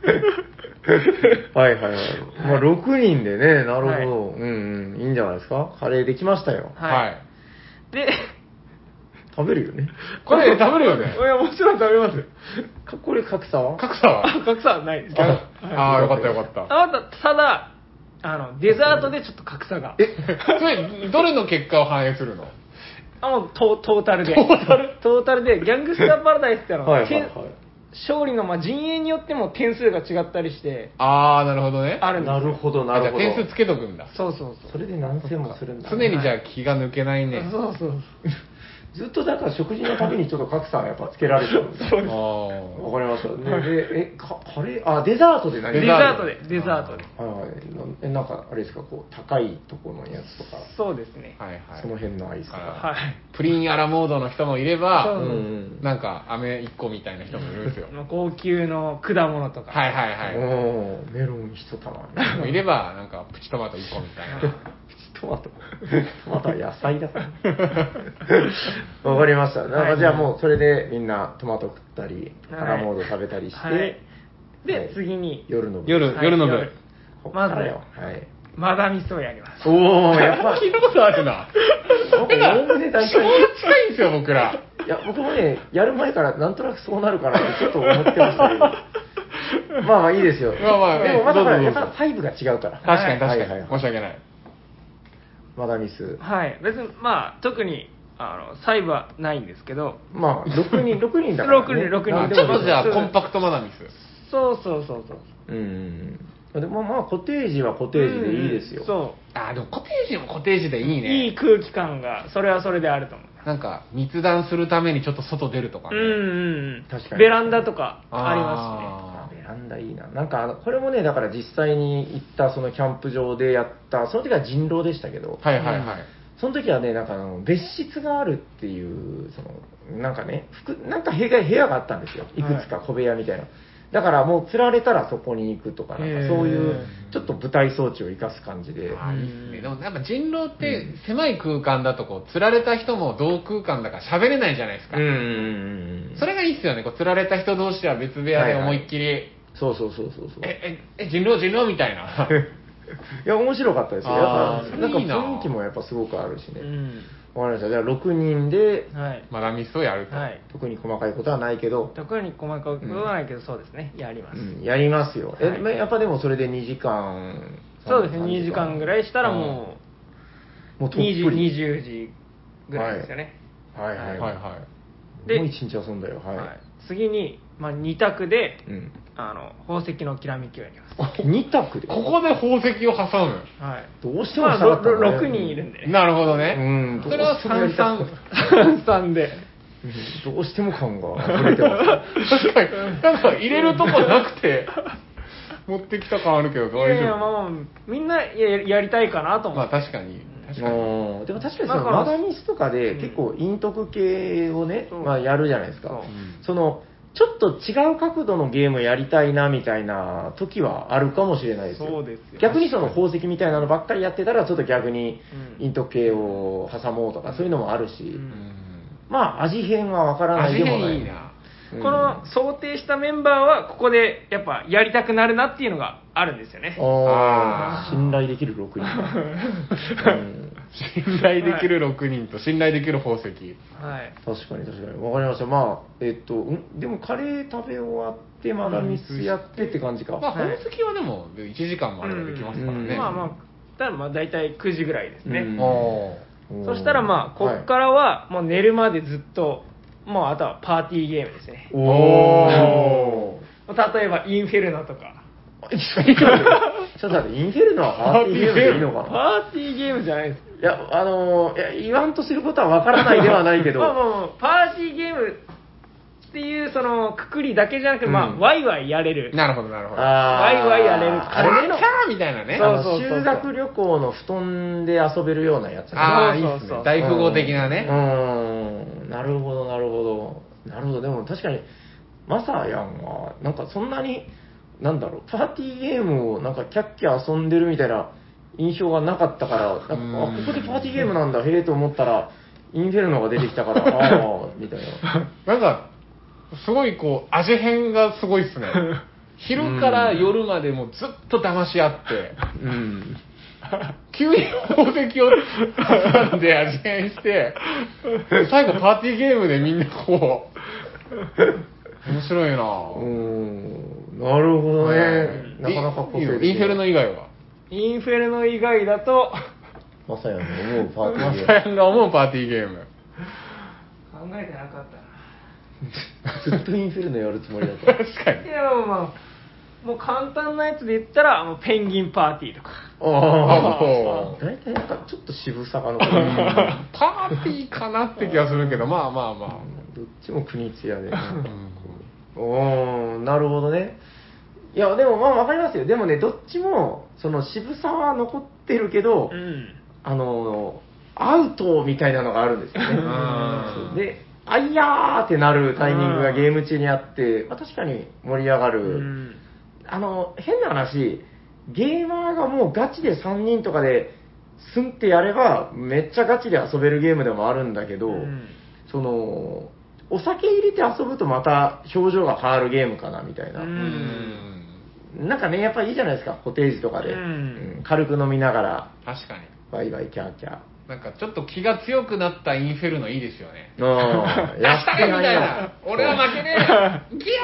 はいはいはい。まあ6人でね、なるほど。うんうん。いいんじゃないですか。カレーできましたよ。 はい。 で、 食べるよね。 これ食べるよね。 いや、もちろん食べます。 これ格差は格差はないです。 ああ、よかったよかった。 ただ、デザートでちょっと格差が。 それ、どれの結果を反映するの？ もうトータルで。トータルで、ギャングスターパラダイスって勝利の陣営によっても点数が違ったりして。 ああ、なるほどね。 あるんですよ。 なるほど、なるほど。 じゃあ点数つけとくんだ。 そう。 それで何戦もするんだ。 常にじゃあ気が抜けないね。 そう。 ずっとだから食事のためにちょっと格差はやっぱつけられてるんだ。 そうです。 わかりました。で、カレー、デザートで何？ デザートで。 はい。なんかあれですか、こう高いところのやつとか。 そうですね。 はい。その辺のアイスとか。 はい。 プリンアラモードの人もいれば、なんか飴1個みたいな人もいるんですよ。 高級の果物とか。 はい。 メロン1玉。 いればなんかプチトマト1個みたいな。 トマトは野菜だから。わかりました。なんかじゃあもうそれでみんなトマト食ったり、アラモード食べたりして、 で、次に夜の部。 まず、マダミスをやります。 おー、やっぱ聞いたことあるな。 僕、おおむね大体。 近いんですよ、僕ら。 いや、僕もね、やる前からなんとなくそうなるかなってちょっと思ってましたけど。まあいいですよ。でもまだやっぱ5が違うから。 確かに。申し訳ない。 マダミス。 はい。別に、特に、細部はないんですけど。 まあ、6人だから、ね。 6人。 まずじゃあ、コンパクトマダミス。 そう。 でもまあ、コテージはコテージでいいですよ。 そう。 でもコテージもコテージでいいね。 いい空気感が、それはそれであると思う。 なんか、密談するためにちょっと外出るとかね。 確かに。 ベランダとかありますしね。ベランダいいな。なんか、これもね、だから実際に行ったそのキャンプ場でやった、その時は人狼でしたけど。 はい。 その時はね、なんか別室があるっていう、なんかね、なんか部屋があったんですよ。いくつか小部屋みたいな。だからもう釣られたらそこに行くとか、なんかそういうちょっと舞台装置を生かす感じで。いいですね。でもやっぱ人狼って狭い空間だとこう、釣られた人も同空間だから喋れないじゃないですか。それがいいっすよね。こう釣られた人同士は別部屋で思いっきり。 そう。 人狼みたいな。 いや、面白かったですよ。やっぱ、なんか雰囲気もやっぱすごくあるしね。わかりました。じゃあ6人で、 マダミスをやると。 特に細かいことはないけど。 特に細かいことはないけど、そうですね。やります。 やりますよ。やっぱでもそれで2時間。 そうですね。2時間ぐらいしたらもう20時ぐらいですよね。 はい。 で、 もう1日遊んだよ。 次に、2択で、宝石のきらめきをやります。 2択でここで宝石を挟む。 どうしてもしたかった 6人いるんでね。 なるほどね。それは 3で。 どうしても感が溢れてます。 確かに。なんか入れるとこなくて、持ってきた感あるけど、大丈夫？ みんなやりたいかなと思って。 確かに。 でも確かにマダミスとかで結構陰徳系をね、やるじゃないですか。ちょっと違う角度のゲームやりたいなみたいな時はあるかもしれないですよ。 そうですよ。 逆にその宝石みたいなのばっかりやってたらちょっと逆に陰徳系を挟もうとかそういうのもあるし、味変はわからないでもない。 いいな。 この想定したメンバーはここでやっぱやりたくなるなっていうのがあるんですよね。 信頼できる6人。 信頼できる6人と信頼できる宝石。 確かに。わかりました。でもカレー食べ終わってマダミスやってって感じか。 宝石はでも1時間もあればできますからね。 たら、まあ大体9時ぐらいですね。 うんそしたらまあ、こっからはもう寝るまでずっと、もうあとはパーティーゲームですね。 お例えば、インフェルノとか。 ちょっと待って、インフェルノはパーティーゲームでいいのかな？ パーティーゲームじゃないです。 いや、言わんとすることはわからないではないけど。 まあ、パーティーゲームっていうそのくくりだけじゃなくて、まあ、ワイワイやれる。 なるほど、なるほど。 ワイワイやれる。 あれのキャーみたいなね。 そう修学旅行の布団で遊べるようなやつね。 ああ、いいですね。大富豪的なね。 なるほど、なるほど。なるほど、でも確かに、マサヤンは、なんかそんなに、なんだろう、パーティーゲームをなんかキャッキャ遊んでるみたいな印象がなかったから、なんかここでパーティーゲームなんだ、へえと思ったら、インフェルノが出てきたから、ああ、みたいな。なんか、すごいこう、味変がすごいっすね。昼から夜までもずっと騙し合って、急に宝石を挟んで味変して、最後パーティーゲームでみんなこう、面白いななるほどね。なかなか個性的。 インフェルノ以外はインフェルノ以外だと、 マサヤンが思うパーティーゲーム。 マサヤンが思うパーティーゲーム。 考えてなかったな。 ずっとインフェルノやるつもりだった。 確かに。 いや、まあ、もう簡単なやつで言ったら、ペンギンパーティーとか。 大体なんかちょっと渋さが残る。 パーティーかなって気がするけど、まあまあまあ。 どっちも国津屋で。なるほどね。いや、でもまあわかりますよ。でもね、どっちも、その渋さは残ってるけど、アウトみたいなのがあるんですよね。で、あいやーってなるタイミングがゲーム中にあって、まあ、確かに盛り上がる。変な話、ゲーマーがもうガチで3人とかで、スンってやれば、めっちゃガチで遊べるゲームでもあるんだけど、その、お酒入れて遊ぶとまた表情が変わるゲームかなみたいな。なんかね、やっぱりいいじゃないですか、コテージとかで。軽く飲みながら、 確かに。 バイバイキャーキャー。 なんかちょっと気が強くなったインフェルノいいですよね。 やってないな。 俺は負けねえギ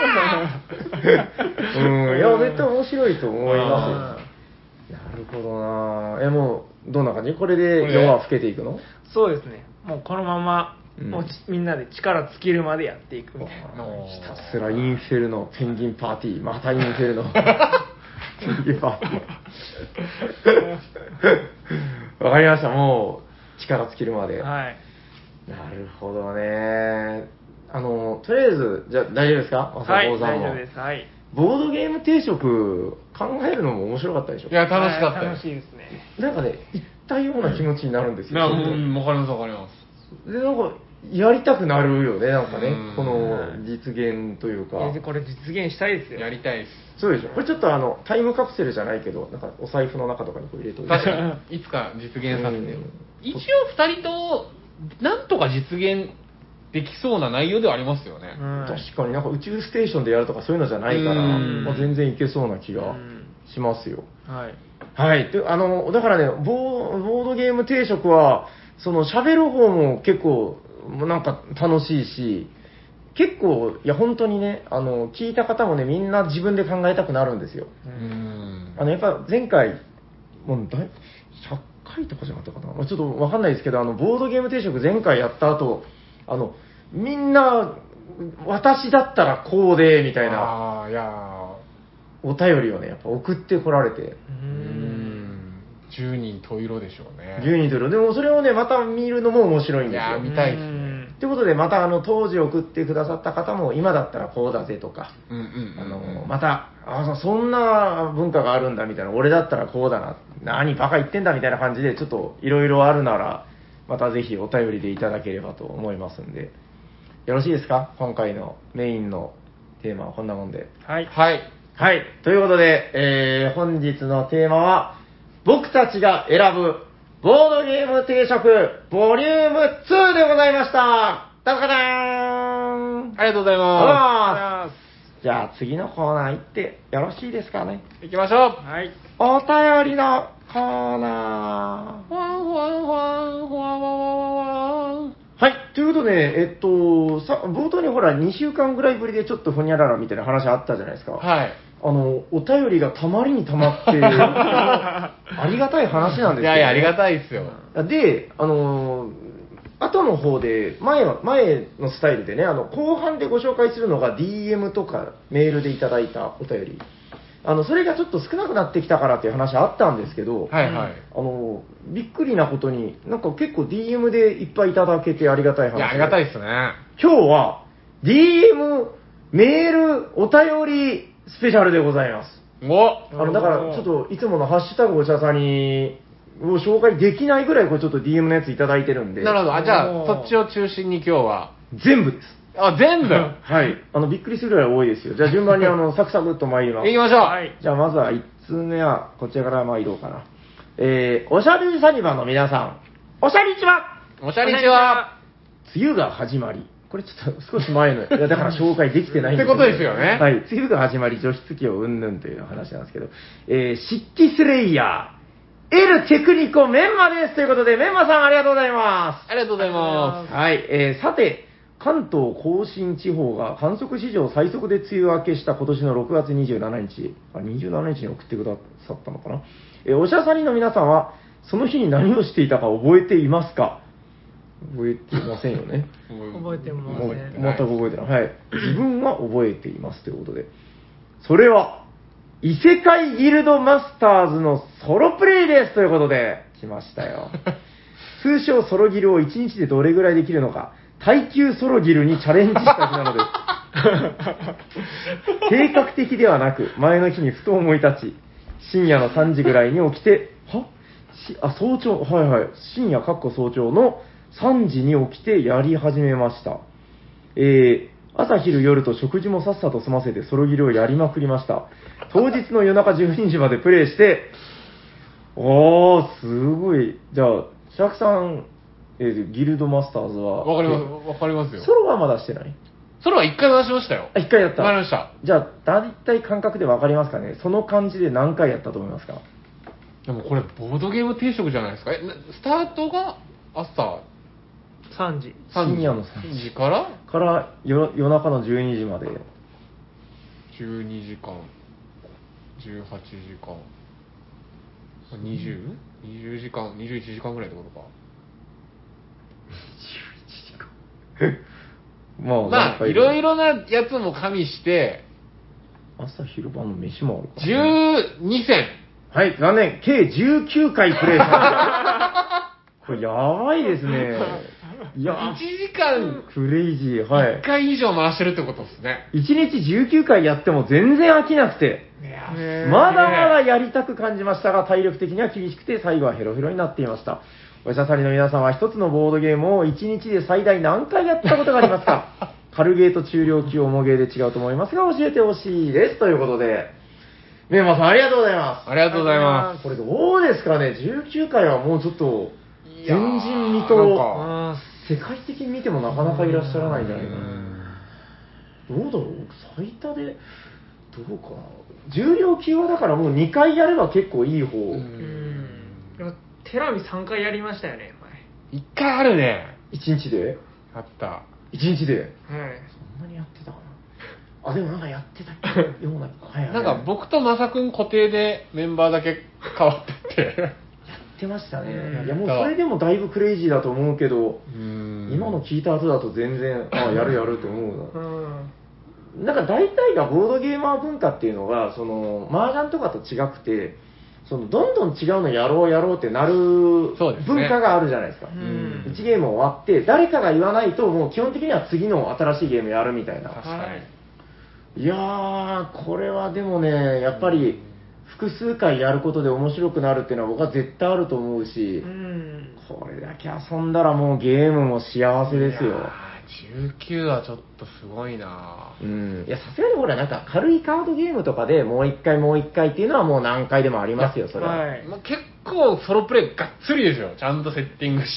ャーいや、絶対面白いと思いますよ。なるほどなもう、どんな感じこれで夜は更けていくの？ そうですね。もうこのまま、もうみんなで力尽きるまでやっていくみたいな。 ひたすらインフェルノ、ペンギンパーティー、またインフェルノ。ペンギンパーティー。わかりました、もう。力尽きるまで。 はい。 なるほどね。とりあえず、じゃあ大丈夫ですか？ はい、大丈夫です。はい。 ボードゲーム定食、考えるのも面白かったでしょ？ いや、楽しかった。 楽しいですね。 なんかね、行ったような気持ちになるんですよ。 わかります、わかります。 で、なんか、やりたくなるよね、なんかね。この実現というか。 これ実現したいですよ。 やりたいです。 そうでしょ。これちょっとタイムカプセルじゃないけど、なんかお財布の中とかにこう入れといて。 確かに。いつか実現させて。一応二人と、なんとか実現できそうな内容ではありますよね。 確かになんか宇宙ステーションでやるとかそういうのじゃないから、まあ、全然いけそうな気がしますよ。 はい。 はい。で、だからね、ボードゲーム定食は、その喋る方も結構、なんか楽しいし、結構、いや本当にね、聞いた方もね、みんな自分で考えたくなるんですよ。やっぱ前回、もう100回とかじゃなかったかな。ちょっとわかんないですけど、ボードゲーム定食前回やった後、みんな、私だったらこうで、みたいな、お便りをね、やっぱ送ってこられて。 10人十色でしょうね。 10人十色。でもそれをね、また見るのも面白いんですよ。 いや、見たいですね。 ということで、また当時送ってくださった方も、今だったらこうだぜとか、また、そんな文化があるんだみたいな、俺だったらこうだな、何バカ言ってんだみたいな感じで、ちょっといろいろあるなら、またぜひお便りでいただければと思いますんで、よろしいですか？今回のメインのテーマはこんなもんで。 はい。 はい。はい。ということで、本日のテーマは、僕たちが選ぶボードゲーム定食ボリューム2でございました。ダカダーン。 ありがとうございます。じゃあ次のコーナー行ってよろしいですかね。 行きましょう。 はい。 お便りのコーナー。 ふわんふわんふわんふわわわわわ。 はい。ということで、冒頭にほら、2週間ぐらいぶりでちょっとほにゃららみたいな話あったじゃないですか。 はい。 お便りがたまりにたまって、ありがたい話なんですよ、ね。 いや、ありがたいですよ。 で、後の方で、前のスタイルでね、後半でご紹介するのが DM とかメールでいただいたお便り。それがちょっと少なくなってきたからっていう話あったんですけど、 はいはい。 びっくりなことに、なんか結構 DM でいっぱいいただけてありがたい話。 いや、ありがたいですね。 今日は DM、メール、お便りスペシャルでございます。だからちょっといつものハッシュタグお茶さんに、を紹介できないぐらいこれちょっと DM のやついただいてるんで。 なるほど。じゃあ、そっちを中心に今日は。 全部です。 全部はい。びっくりするぐらい多いですよ。じゃあ順番にサクサクっと参ります。 行きましょう。 はい。 じゃあまずは1通目は、こちらから参ろうかな。おしゃれサニバの皆さん、おしゃれちは。 おしゃれちは。 梅雨が始まり。これちょっと少し前の、いやだから紹介できてないんですってことですよね。 はい。梅雨が始まり、除湿機をうんぬんという話なんですけど、湿気スレイヤー、エルテクニコメンマです。ということで、メンマさんありがとうございます。 ありがとうございまはい。さて、関東甲信地方が観測史上最速で梅雨明けした今年の6月27日、27日に送ってくださったのかな。おしゃさりの皆さんは、その日に何をしていたか覚えていますか？覚えていませんよね。 覚えてません。 全く覚えてない。はい。自分は覚えていますということで。それは、異世界ギルドマスターズのソロプレイですということで、来ましたよ。通称ソロギルを1日でどれぐらいできるのか、耐久ソロギルにチャレンジした日なのです。計画的ではなく、前の日にふと思い立ち、深夜の3時ぐらいに起きて、早朝、はいはい、深夜早朝の3時に起きてやり始めました。朝昼夜と食事もさっさと済ませてソロギルをやりまくりました。当日の夜中12時までプレイして、すごい。じゃあ、シャークさん、ギルドマスターズは。 わかりますよ。 ソロはまだしてない？ ソロは1回出しましたよ。 1回やった。 わかりました。 じゃあ、だいたい感覚でわかりますかね？その感じで何回やったと思いますか？ でもこれ、ボードゲーム定食じゃないですか。スタートが朝 3時。 深夜の3 時から夜中の12時まで。 12時間、18時間、20時間、21時間ぐらいってことか。 21時間。 まあ、いろいろなやつも加味して、 朝昼晩の飯もあるから、ね。12戦。 はい、残念。計19回プレイしました。これやばいですね。いや、 1時間、 クレイジー、はい。 1回以上回してるってことですね。 1日19回やっても全然飽きなくて、まだまだやりたく感じましたが、体力的には厳しくて、最後はヘロヘロになっていました。お医者さんの皆さんは一つのボードゲームを1日で最大何回やったことがありますか？軽ゲーと中量級、重ゲーで違うと思いますが、教えてほしいです。ということで、メンマさんありがとうございます。 ありがとうございます。 これどうですかね、19回はもうちょっと、前人未到、世界的に見てもなかなかいらっしゃらないんじゃないかな。どうだろう、最多で、どうかな。重量級はだからもう2回やれば結構いい方。 テラミ3回やりましたよね、 前。1回あるね。 1日であった。 1日ではい。 そんなにやってたかな。でもなんかやってたような。 なんか僕とマサ君固定でメンバーだけ変わってて。 やってましたね。いやもうそれでもだいぶクレイジーだと思うけど、今の聞いた後だと全然、やるやると思うな。なんか大体がボードゲーマー文化っていうのが、その、麻雀とかと違くて、そのどんどん違うのやろうってなる文化があるじゃないですか。1ゲーム終わって、誰かが言わないと、もう基本的には次の新しいゲームやるみたいな。 確かに。 いやー、これはでもね、やっぱり、複数回やることで面白くなるっていうのは僕は絶対あると思うし、これだけ遊んだらもうゲームも幸せですよ。 19はちょっとすごいな。 いや、さすがにほら、なんか軽いカードゲームとかでもう一回っていうのはもう何回でもありますよ、それは。 はい。 結構ソロプレイがっつりですよ。ちゃんとセッティングして。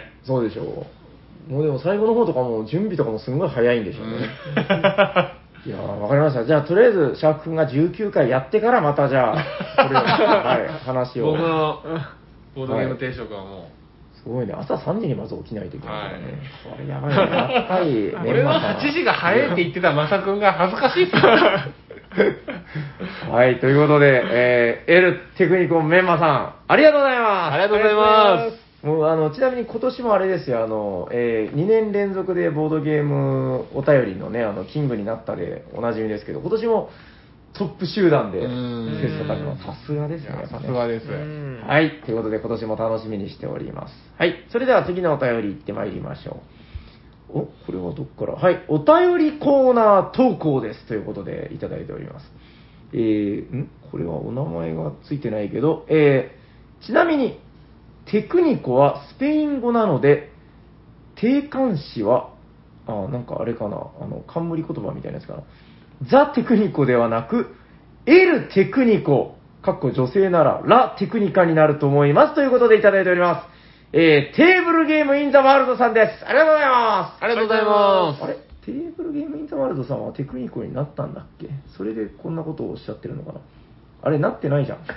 そうでしょう。もうでも最後の方とかも準備とかもすごい早いんでしょうね。いやー、わかりました。じゃあ、とりあえず、シャーク君が19回やってから、またじゃあ、これを、はい、話を。 僕のボードゲーム定食はもう。 すごいね。朝3時にまず起きないといけないからね。これやばいね。やっぱり、 俺の8時が早いって言ってたマサ君が恥ずかしいっすよ。 はい、ということで、エルテクニコンメンマさん、ありがとうございます。 ありがとうございます。 もうちなみに今年もあれですよ、2年連続でボードゲームお便りのね、キングになったでおなじみですけど、今年もトップ集団で、切磋琢磨、さすがですね、 さすがです。 はい、ということで今年も楽しみにしております。はい、それでは次のお便り行ってまいりましょう。これはどっからはい、お便りコーナー投稿です。ということでいただいております。これはお名前がついてないけど、ちなみに、テクニコはスペイン語なので、定冠詞は、なんかあれかな、冠言葉みたいなやつかな。ザ・テクニコではなく、エル・テクニコ、かっこ女性なら、ラ・テクニカになると思います。ということでいただいております。テーブルゲームインザワールドさんです。ありがとうございます。 ありがとうございます。 あれテーブルゲームインザワールドさんはテクニコになったんだっけ？それでこんなことをおっしゃってるのかな？あれ、なってないじゃん。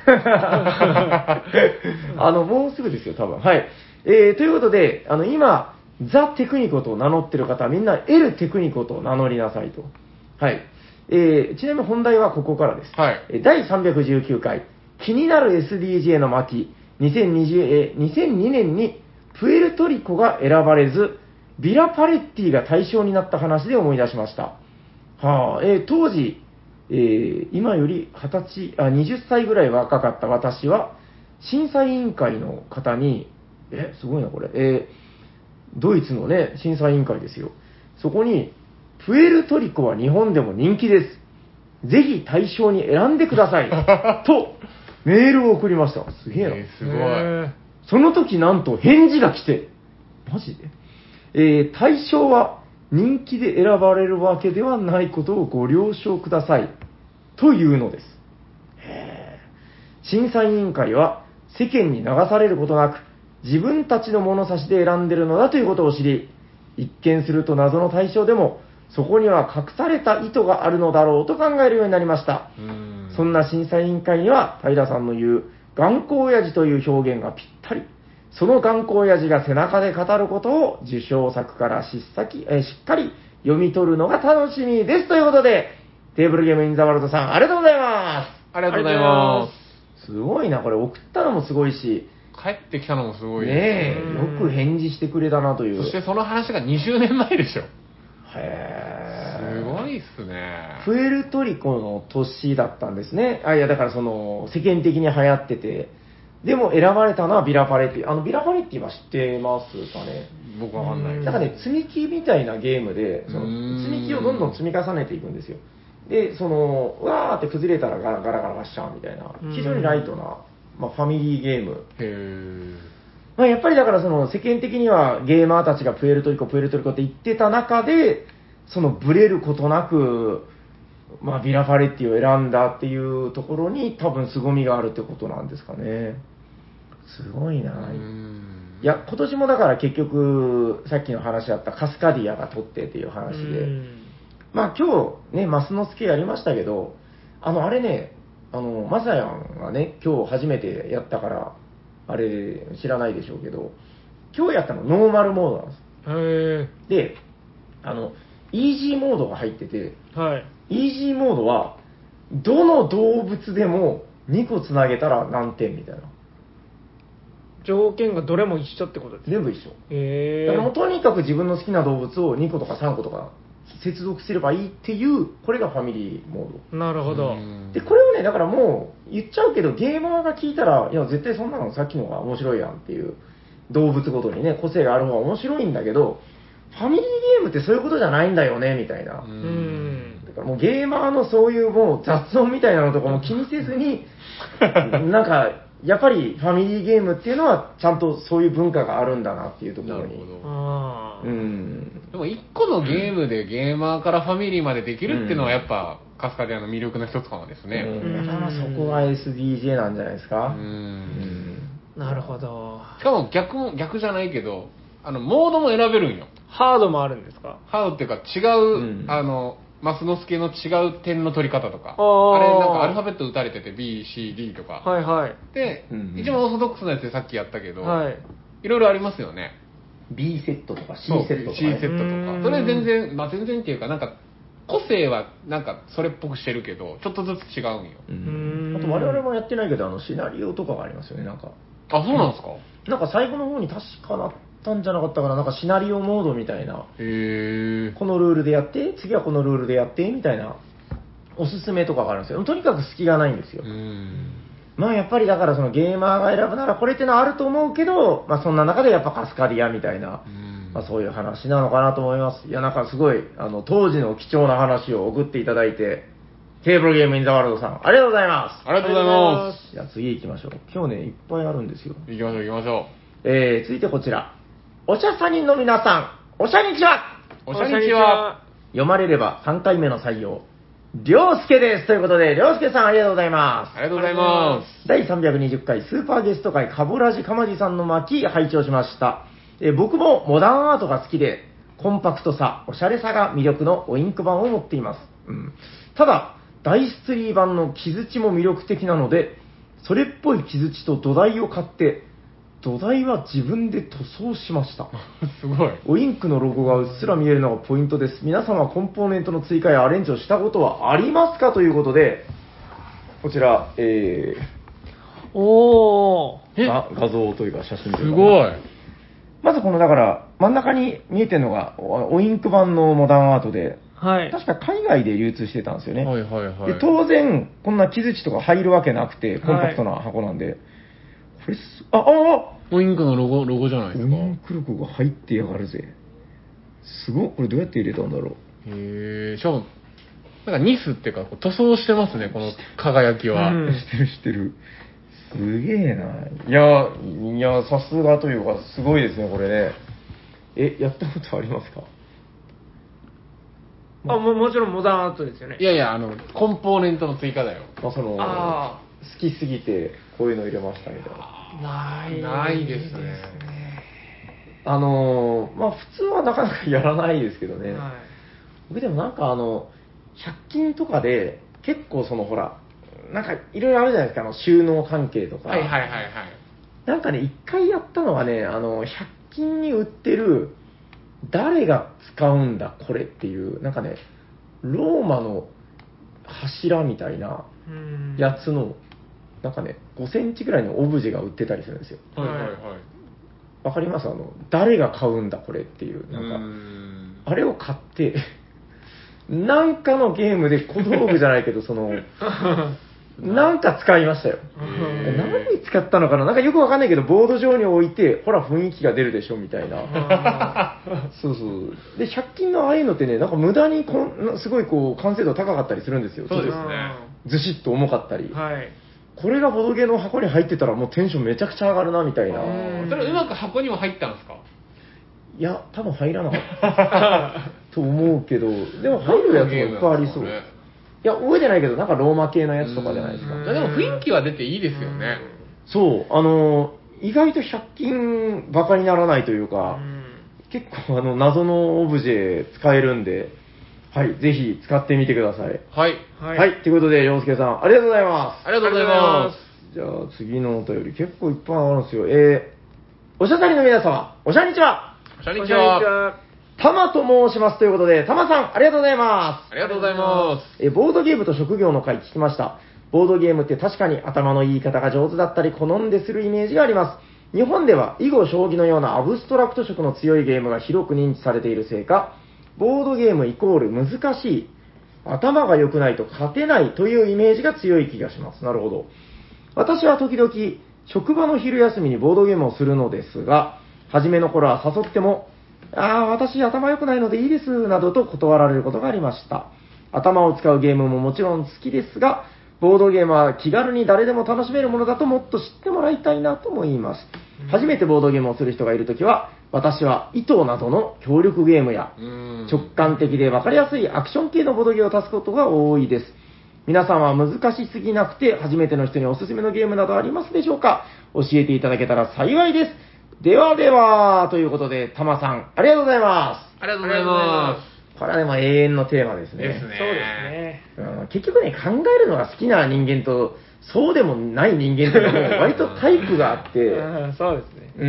もうすぐですよ、多分。はい。ということで、今、ザ・テクニコと名乗ってる方はみんな L テクニコと名乗りなさいと。はい。ちなみに本題はここからです。 はい。 第319回、気になる SDJ の巻、2002年にプエルトリコが選ばれず、ビラパレッティが対象になった話で思い出しました。当時、今より20歳ぐらい若かった私は、審査委員会の方に、すごいなこれ、ドイツのね、審査委員会ですよ。そこに、プエルトリコは日本でも人気です。ぜひ対象に選んでください。と、メールを送りました。すげえな。 すごい。 その時なんと返事が来て、マジで対象は人気で選ばれるわけではないことをご了承ください。というのです。審査委員会は世間に流されることなく、自分たちの物差しで選んでるのだということを知り、一見すると謎の対象でも、そこには隠された意図があるのだろうと考えるようになりました。そんな審査委員会には、平さんの言う、頑固親父という表現がぴったり。その頑固親父が背中で語ることを受賞作からしっかり読み取るのが楽しみです。ということで、テーブルゲームインザワールドさん、ありがとうございます。 ありがとうございます。 すごいな、これ送ったのもすごいし、 帰ってきたのもすごいねえ、よく返事してくれたなという。 そしてその話が20年前でしょ。 へすごいっすね。 プエルトリコの年だったんですね。いや、だからその、世間的に流行ってて、でも選ばれたのはビラパレッティ。ビラパレッティは知ってますかね？ 僕わかんない。 なんかね、積み木みたいなゲームで、その積み木をどんどん積み重ねていくんですよ。で、その、うわーって崩れたらガラガラガラしちゃうみたいな、非常にライトな、ファミリーゲーム。やっぱりだからその世間的にはゲーマーたちがプエルトリコって言ってた中で、そのブレることなく、ビラパレッティを選んだっていうところに多分凄みがあるってことなんですかね。すごいな。いや、今年もだから結局、さっきの話あったカスカディアが取ってっていう話で、今日ね、マスノスケやりましたけど、あれね、マサヤンがね、今日初めてやったから、あれ知らないでしょうけど、今日やったのノーマルモードなんです。で、イージーモードが入ってて、イージーモードは、どの動物でも2個つなげたら何点みたいな。 条件がどれも一緒ってことですか？ 全部一緒。だからもうとにかく自分の好きな動物を2個とか3個とか接続すればいいっていう、これがファミリーモード。 なるほど。 で、これをね、だからもう言っちゃうけど、ゲーマーが聞いたら、いや、絶対そんなのさっきの方が面白いやんっていう、動物ごとにね、個性がある方が面白いんだけど、ファミリーゲームってそういうことじゃないんだよね、みたいな。だからもうゲーマーのそういうもう雑音みたいなのとかも気にせずに、なんか、やっぱりファミリーゲームっていうのはちゃんとそういう文化があるんだなっていうところに。 なるほど。でも一個のゲームでゲーマーからファミリーまでできるっていうのはやっぱカスカディアの魅力の一つかもですね。 そこが SDJ なんじゃないですか。 なるほど。 しかも逆じゃないけど、モードも選べるんよ。 ハードもあるんですか？ ハードっていうか違う、マスノスケの違う点の取り方とか、あれなんかアルファベット打たれてて B、C、D とか。で、一番オーソドックスなやつでさっきやったけど、いろいろありますよね。 B セットとか C セットとか、 C セットとか。それ全然っていうかなんか、 個性はなんかそれっぽくしてるけど、ちょっとずつ違うんよ。 あと我々もやってないけど、シナリオとかがありますよね、なんか。 あ、そうなんですか？ なんか最後の方に確かなったんじゃなかったかな、なんかシナリオモードみたいな。 へこのルールでやって、次はこのルールでやって、みたいな、おすすめとかがあるんですよ。とにかく隙がないんですよ。まあやっぱりだからそのゲーマーが選ぶならこれってのはあると思うけど、まあそんな中でやっぱカスカディアみたいな、まあそういう話なのかなと思います。いやなんかすごい、当時の貴重な話を送っていただいて、テーブルゲームインザワールドさん、ありがとうございます。 ありがとうございます。 じゃあ次行きましょう。今日ね、いっぱいあるんですよ。 行きましょう行きましょう。続いてこちら。おしゃさにの皆さん、おしゃにちは。 おしゃにちは。 読まれれば3回目の採用。りょうすけです。ということで、りょうすけさんありがとうございます。 ありがとうございます。 第320回スーパーゲスト会かぼらじかまじさんの巻拝聴しました。僕もモダンアートが好きで、コンパクトさ、おしゃれさが魅力のオインク版を持っています。ただ、ダイスツリー版の木槌も魅力的なので、それっぽい木槌と土台を買って、土台は自分で塗装しました。 すごい。 オインクのロゴがうっすら見えるのがポイントです。皆さんはコンポーネントの追加やアレンジをしたことはありますかということで、こちら、 おー。 画像というか写真というか、 すごい。 まずこのだから真ん中に見えてるのがオインク版のモダンアートで、 はい。 確か海外で流通してたんですよね。 はいはいはい。 で当然こんな木槌とか入るわけなくてコンパクトな箱なんで、これオインクのロゴじゃないですか。 オインクロゴが入ってやがるぜ。すごい。これどうやって入れたんだろう。 へえ。しかもなんかニスっていうか塗装してますね、この輝きは。 してる。すげえな。いや、さすがというか、すごいですね、これね。やったことありますか？ もちろんモダンアートですよね。 いやいや、コンポーネントの追加だよ。 好きすぎて、こういうの入れましたみたいな。 ないですね。 まあ、普通はなかなかやらないですけどね。 はい、 僕でもなんか100均とかで、結構ほら、なんかいろいろあるじゃないですか、収納関係とか。 はいはいはいはい。 なんかね、一回やったのはね、100均に売ってる、誰が使うんだこれっていう、なんかね、ローマの柱みたいなやつの、なんかね、5センチぐらいのオブジェが売ってたりするんですよ。 はいはいはい。 わかります？誰が買うんだこれっていう、なんか、あれを買って、なんかのゲームで小道具じゃないけど、なんか使いましたよ。何に使ったのかな、なんかよくわかんないけど、ボード上に置いて、ほら雰囲気が出るでしょみたいな。そうそう。で、100均のああいうのってね、なんか無駄にすごい完成度高かったりするんですよ。 そうですね。 ずしっと重かったり。 はい。 これがボドゲの箱に入ってたらもうテンションめちゃくちゃ上がるなみたいな。 それうまく箱にも入ったんですか？ いや、多分入らなかったと思うけど、でも入るやつもいっぱいありそう。いや、覚えてないけど、なんかローマ系のやつとかじゃないですか。 でも雰囲気は出ていいですよね。 そう、意外と100均バカにならないというか、結構謎のオブジェ使えるんで、はい、ぜひ使ってみてください。 はい。 はい、ということで、洋介さん、ありがとうございます。 ありがとうございます。 じゃあ、次のお便り、結構いっぱいあるんですよ。おしゃさりの皆様、おしゃにちは。 おしゃにちは。 たまと申しますということで、たまさん、ありがとうございます。 ありがとうございます。 ボードゲームと職業の回聞きました。ボードゲームって確かに頭の言い方が上手だったり、好んでするイメージがあります。日本では囲碁将棋のようなアブストラクト色の強いゲームが広く認知されているせいか、ボードゲームイコール難しい、頭が良くないと勝てないというイメージが強い気がします。なるほど。私は時々、職場の昼休みにボードゲームをするのですが、初めの頃は誘っても、私頭良くないのでいいです、などと断られることがありました。頭を使うゲームももちろん好きですが、ボードゲームは気軽に誰でも楽しめるものだともっと知ってもらいたいなと思います。初めてボードゲームをする人がいるときは、私は糸などの協力ゲームや、直感的で分かりやすいアクション系のボードゲームを足すことが多いです。皆さんは難しすぎなくて、初めての人におすすめのゲームなどありますでしょうか？教えていただけたら幸いです。ではでは、ということで、たまさん、ありがとうございます。 ありがとうございます。 これはでも永遠のテーマですね。 ですね。 そうですね。 結局ね、考えるのが好きな人間と、そうでもない人間とかも割とタイプがあって、 そうですね。 うん。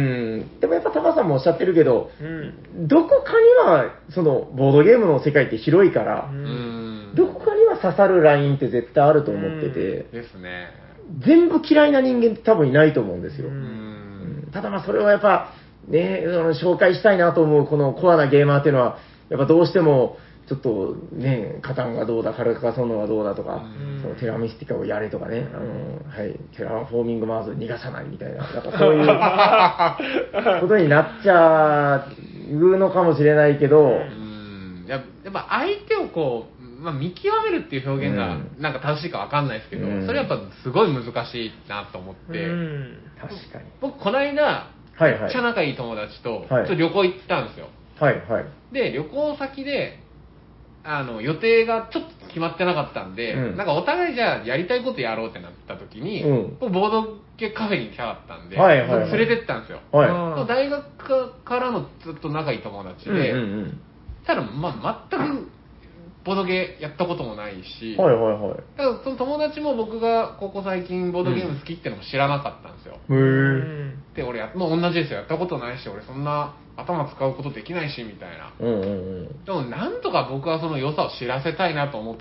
でもやっぱタカさんもおっしゃってるけど、 うん、 どこかには、その、ボードゲームの世界って広いから、どこかには刺さるラインって絶対あると思ってて、 ですね。 全部嫌いな人間って多分いないと思うんですよ。ただまあそれはやっぱ、ね、紹介したいなと思うこのコアなゲーマーっていうのは、やっぱどうしても、ちょっとね、カタンがどうだ、カルカソンヌがどうだとか、そのテラミスティカをやれとかね、はい、テラフォーミングマーズ逃がさないみたいな、なんかそういうことになっちゃうのかもしれないけど、 やっぱ相手をこう、まあ、見極めるっていう表現がなんか正しいかわかんないですけど、それやっぱすごい難しいなと思って、 確かに。 僕この間、 はいはい、 めっちゃ仲いい友達と、 はい、 ちょっと旅行行ったんですよ。 はいはい。 で、旅行先で、予定がちょっと決まってなかったんで、なんかお互いじゃあやりたいことやろうってなった時に、僕ボードゲカフェに行きたかったんで、 はいはいはい、 連れてったんですよ。 はい、 大学からのずっと仲いい友達で、ただ、まあ、全くボードゲーやったこともないし、 はいはいはい、 ただその友達も僕がここ最近ボードゲーム好きってのも知らなかったんですよ。で、俺もう同じですよ。やったことないし、俺そんな頭使うことできないし、みたいな。でもなんとか僕はその良さを知らせたいなと思って、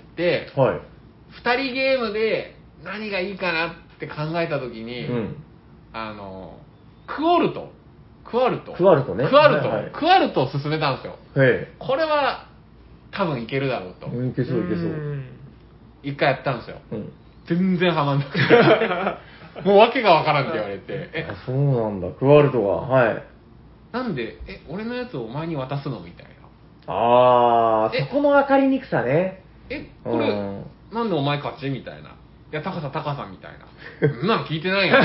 はい、 2人ゲームで何がいいかなって考えたときに、クワルトね。クワルトを勧めたんですよ。これは多分いけるだろうと。 いけそういけそう。 一回やったんですよ。全然ハマんなくて。もう訳がわからんって言われて。 あ、そうなんだ。クワルトが。はい。 なんで、俺のやつをお前に渡すのみたいな。 そこの分かりにくさね。 これ、なんでお前勝ちみたいな。いや、高さみたいな。そんなの聞いてないよ。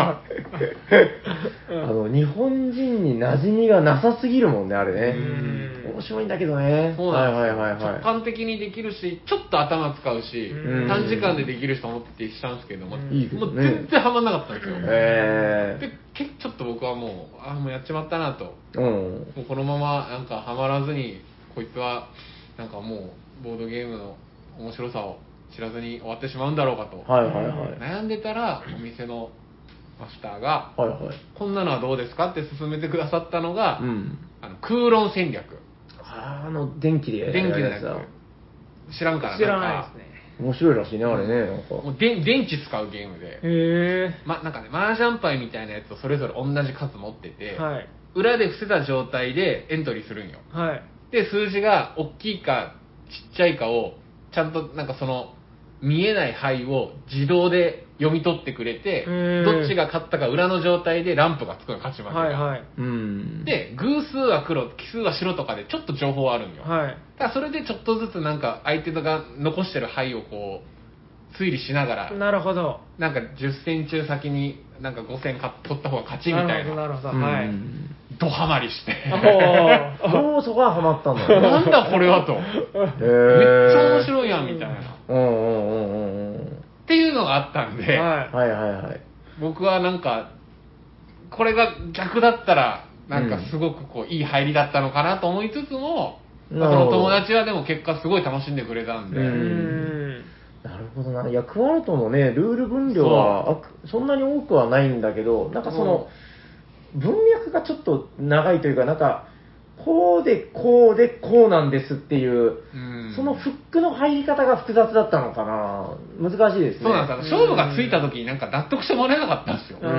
日本人に馴染みがなさすぎるもんね、あれね。面白いんだけどね。 そうなんですよ。直感的にできるし、ちょっと頭使うし、短時間でできる人思ってしたんですけども、もう全然ハマんなかったんですよ。で、ちょっと僕はもうやっちまったなと。もうこのままなんかハマらずに、こいつはなんかもうボードゲームの面白さを知らずに終わってしまうんだろうかと、悩んでたらお店のマスターが、こんなのはどうですかって勧めてくださったのが、空論戦略。 電気でやるやつ知らんから。 知らないですね。 面白いらしいね、あれね。なんかもう電池使うゲームで、なんかね、麻雀牌みたいなやつをそれぞれ同じ数持ってて、裏で伏せた状態でエントリーするんよ。で、数字が大きいかちっちゃいかをちゃんとなんかその見えない牌を自動で読み取ってくれて、どっちが勝ったか裏の状態でランプがつくの勝ち負けが、で偶数は黒、奇数は白とかでちょっと情報あるんよ、だからそれでちょっとずつなんか相手が残してる牌をこう推理しながら、 なるほど、 なんか10戦中先になんか5戦取った方が勝ちみたいな、 なるほど、 ドハマりしてもうそこはハマったんだ。 なんだこれはと、めっちゃ面白いやんみたいな、っていうのがあったんで、僕はなんかこれが逆だったらなんかすごくこういい入りだったのかなと思いつつも、その友達はでも結果すごい楽しんでくれたんで。 なるほどな。いや、クワルトのね、ルール分量はそんなに多くはないんだけど、なんかその文脈がちょっと長いというか、なんかこうでこうでこうなんですっていう、そのフックの入り方が複雑だったのかな。難しいですね。 そうなんです。勝負がついた時になんか納得してもらえなかったんですよ。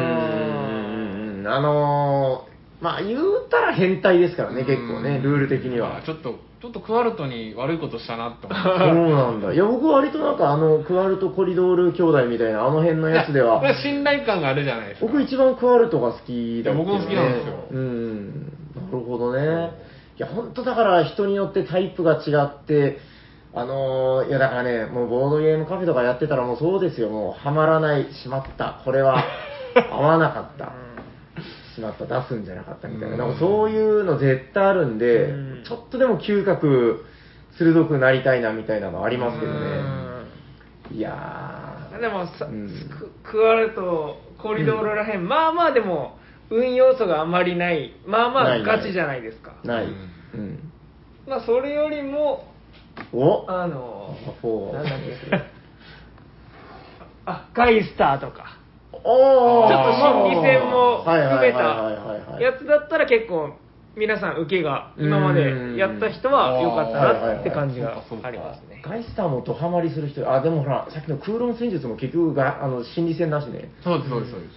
まあ言うたら変態ですからね、結構ね、ルール的には。 ちょっとクワルトに悪いことしたなって思って。 そうなんだ。いや、僕は割となんかクワルトコリドール兄弟みたいなあの辺のやつでは。 信頼感があるじゃないですか。 僕一番クワルトが好きだった、ね。 僕も好きなんですよ。 なるほどね。いや、本当だから人によってタイプが違って、いやだからね、もうボードゲームカフェとかやってたらもうそうですよ、もうハマらない、しまった、これは合わなかった。しまった、出すんじゃなかったみたいな、なんかそういうの絶対あるんで、ちょっとでも嗅覚鋭くなりたいなみたいなのありますけどね。いやー、でもクワルトコリドールらへん、まあまあでも運要素があまりない、まあまあガチじゃないですか。 ない。 まあそれよりもなんだっけガイスターとか。 心理戦も含めたやつだったら結構皆さん受けが今までやった人は良かったなって感じがありますね。 ガイスターもドハマりする人、でもほら、さっきの空論戦術も結局が心理戦だしね。 そうです、そうです、そうです。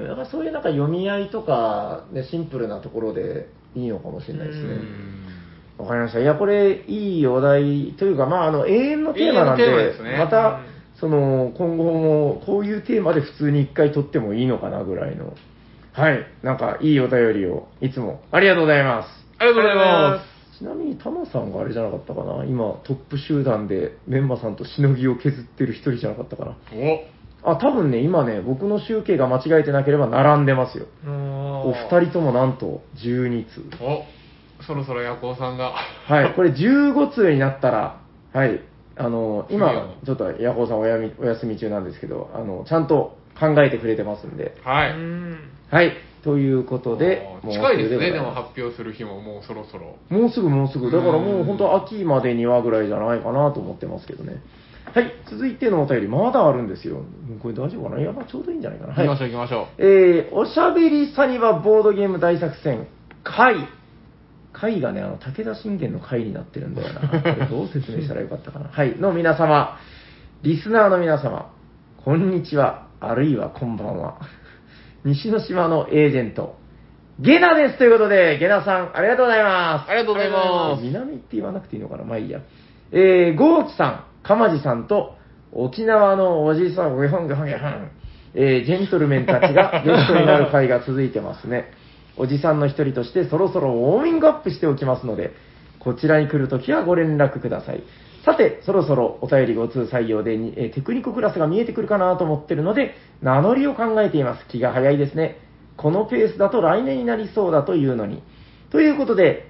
やっぱそういうなんか読み合いとか、ね、シンプルなところでいいのかもしれないですね。わかりました。いや、これ、いいお題というか、永遠のテーマなんで、 ね、 また、今後もこういうテーマで普通に一回撮ってもいいのかなぐらいの。はい。なんか、いいお便りを、いつも、ありがとうございます。 ありがとうございます。 ちなみに、タマさんがあれじゃなかったかな、今、トップ集団で、メンバーさんとしのぎを削ってる一人じゃなかったかな。多分ね、今ね、僕の集計が間違えてなければ並んでますよ。お二人ともなんと、12通。 そろそろヤコウさんが。 はい、これ15通になったら、はい、今、ちょっとヤコウさんお休み中なんですけど、ちゃんと考えてくれてますんで。 はい。 はい。ということで、 近いですね、でも発表する日ももうそろそろ。 もうすぐ。だからもう本当秋までにはぐらいじゃないかなと思ってますけどね。はい。続いてのお便り、まだあるんですよ。これ大丈夫かな。いや、ちょうどいいんじゃないかな。 はい。行きましょう。 おしゃべりサニバボードゲーム大作戦、回がね、武田信玄の回になってるんだよな。これどう説明したらよかったかな。はい。の皆様、リスナーの皆様、こんにちは、あるいはこんばんは。西之島のエージェント、ゲナですということで、ゲナさん、ありがとうございます。 ありがとうございます。 南って言わなくていいのかな、まあいいや。ゴーチさん、かまじさんと、沖縄のおじさん、ジェントルメンたちがゲストになる回が続いてますね。おじさんの一人としてそろそろウォーミングアップしておきますので、こちらに来るときはご連絡ください。さて、そろそろお便り5通採用で、テクニコクラスが見えてくるかなと思ってるので、名乗りを考えています。気が早いですね。このペースだと来年になりそうだというのに。ということで、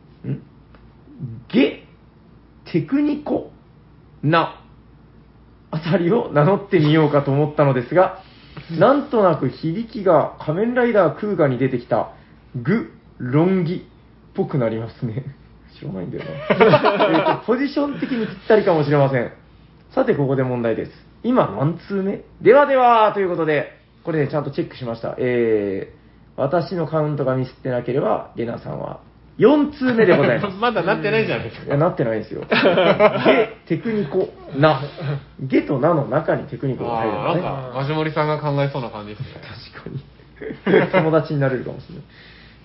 テクニコなあたりを名乗ってみようかと思ったのですが、なんとなく響きが仮面ライダークーガに出てきたロンギっぽくなりますね。知らないんだよな。ポジション的にぴったりかもしれません。さて、ここで問題です。今何通目？ではでは、ということで、これね、ちゃんとチェックしました。私のカウントがミスってなければ、ゲナさんは4通目でございます。 まだなってないじゃないですか。 いや、なってないですよ。テクニコ、な。ゲとナの中にテクニコが入るんだね。 なんか、マジモリさんが考えそうな感じですね。 確かに。友達になれるかもしれない。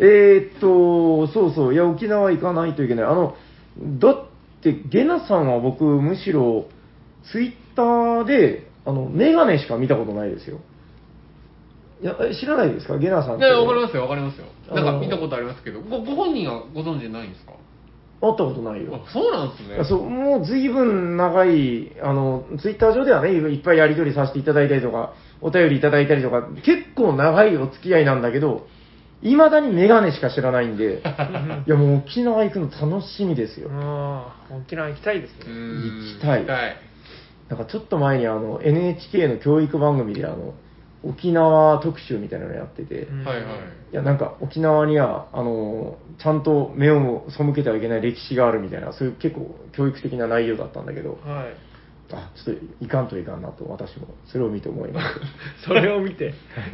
そう、いや、沖縄行かないといけない。だって、ゲナさんは僕、むしろ、ツイッターで、メガネしか見たことないですよ。いや、知らないですか、ゲナさんって。 わかりますよ。なんか見たことありますけど、ご本人はご存知ないんですか？ 会ったことないよ。 そうなんですね。 そう、もう随分長い、ツイッター上ではね、いっぱいやり取りさせていただいたりとか、お便りいただいたりとか、結構長いお付き合いなんだけど、未だにメガネしか知らないんで、いやもう沖縄行くの楽しみですよ。 沖縄行きたいですね。 行きたい。なんかちょっと前にNHK の教育番組で沖縄特集みたいなのやってて、いやなんか沖縄にはちゃんと目を背けてはいけない歴史があるみたいな、そういう結構教育的な内容だったんだけど、ちょっといかんといかんなと私もそれを見て思います。 それを見て。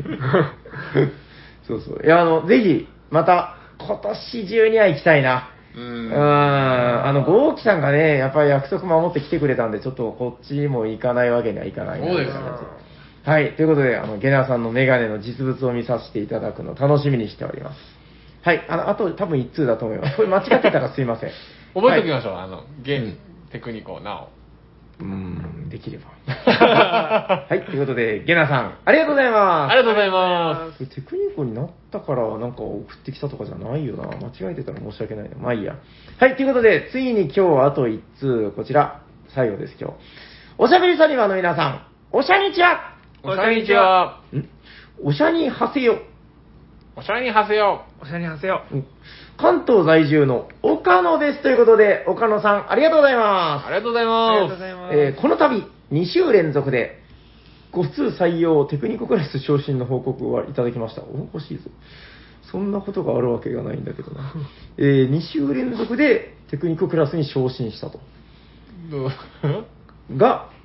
そう。いやぜひまた今年中には行きたいな。ゴーキさんがね、やっぱり約束守って来てくれたんで、ちょっとこっちも行かないわけにはいかないな。 そうですね。 はい、ということで、ゲナさんのメガネの実物を見させていただくのを楽しみにしております。はい、あと多分1通だと思います。これ間違ってたらすいません。 覚えておきましょう、テクニコなお。 できれば。はい、ということで、ゲナさん、ありがとうございます。 ありがとうございます。 テクニコになったからなんか送ってきたとかじゃないよな。間違えてたら申し訳ないな。まあいいや。はい、ということで、ついに今日あと1通、こちら、最後です今日。おしゃべりサニバの皆さん、おしゃにちは。 おしゃにちは。 おしゃにはせよ。 おしゃにはせよ。 関東在住の岡野ですということで、岡野さん、ありがとうございます。 ありがとうございます。 この度、2週連続で、5通採用テクニコクラス昇進の報告をいただきました。欲しいぞ。そんなことがあるわけがないんだけどな。2週連続でテクニコクラスに昇進したと。が、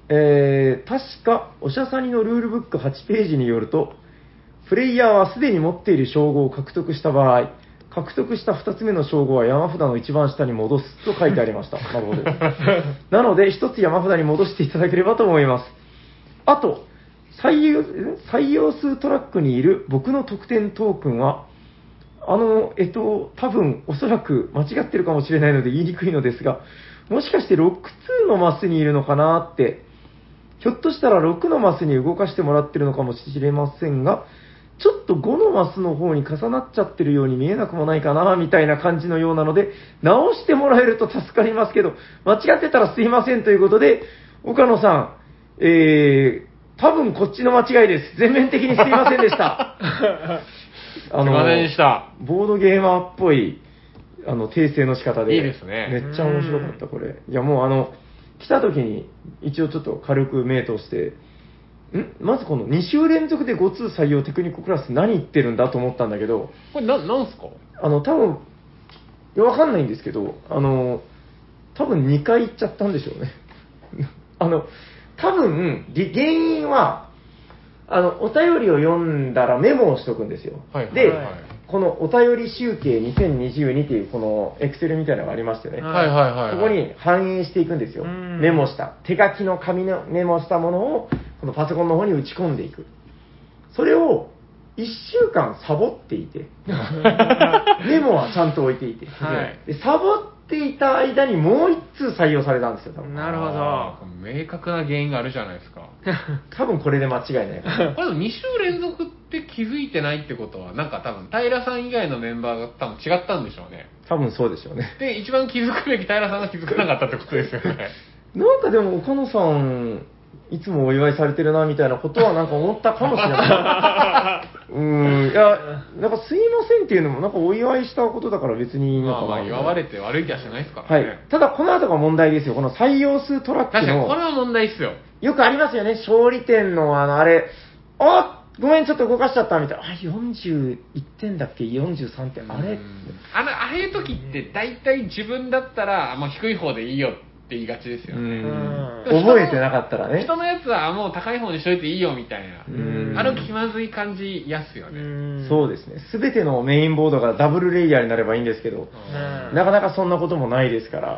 確か、おしゃさにのルールブック8ページによると、プレイヤーはすでに持っている称号を獲得した場合、獲得した2つ目の称号は山札の一番下に戻すと書いてありました。なるほど。なので、1つ山札に戻していただければと思います。あと、採用数トラックにいる僕の得点トークンは、多分、おそらく間違ってるかもしれないので言いにくいのですが、もしかして6-2のマスにいるのかなって、ひょっとしたら6のマスに動かしてもらってるのかもしれませんが、ちょっと5のマスの方に重なっちゃってるように見えなくもないかな、みたいな感じのようなので、直してもらえると助かりますけど、間違ってたらすいませんということで、岡野さん、多分こっちの間違いです。全面的にすいませんでした。 すいませんでした。 ボードゲーマーっぽい、訂正の仕方で。 いいですね。 めっちゃ面白かった、これ。いや、もう来た時に、一応ちょっと軽く目通して、まずこの2週連続で5-2採用テクニッククラス何言ってるんだと思ったんだけど、 これなんすか？ 多分、いやわかんないんですけど、多分2回言っちゃったんでしょうね。多分、原因は、お便りを読んだらメモをしとくんですよ。で、このお便り集計2022っていうこのエクセルみたいなのがありましてね。そこに反映していくんですよ。メモした。手書きの紙のメモしたものを、このパソコンの方に打ち込んでいく。それを1週間サボっていて、メモはちゃんと置いていて、でサボっていた間にもう1通採用されたんですよ、多分。 なるほど。 明確な原因があるじゃないですか。 多分これで間違いない。 これでも2週連続って気づいてないってことは、なんか多分平さん以外のメンバーが多分違ったんでしょうね。 多分そうでしょうね。 で、一番気づくべき平さんが気づかなかったってことですよね。 なんかでも岡野さん、いつもお祝いされてるなみたいなことはなんか思ったかもしれない。いや、なんかすいませんっていうのもなんかお祝いしたことだから別になんかまあ祝われて悪い気はしないですからね。 はい。ただこの後が問題ですよ。この採用数トラックの。 確かにこれは問題ですよ。 よくありますよね。勝利点のあれ、ごめんちょっと動かしちゃったみたいな。41点だっけ ?43 点。あれああいう時って大体自分だったらもう低い方でいいよって言いがちですよね。 覚えてなかったらね。 人のやつはもう高い方にしといていいよみたいな。気まずい感じやすよね。 そうですね。すべてのメインボードがダブルレイヤーになればいいんですけど、なかなかそんなこともないですから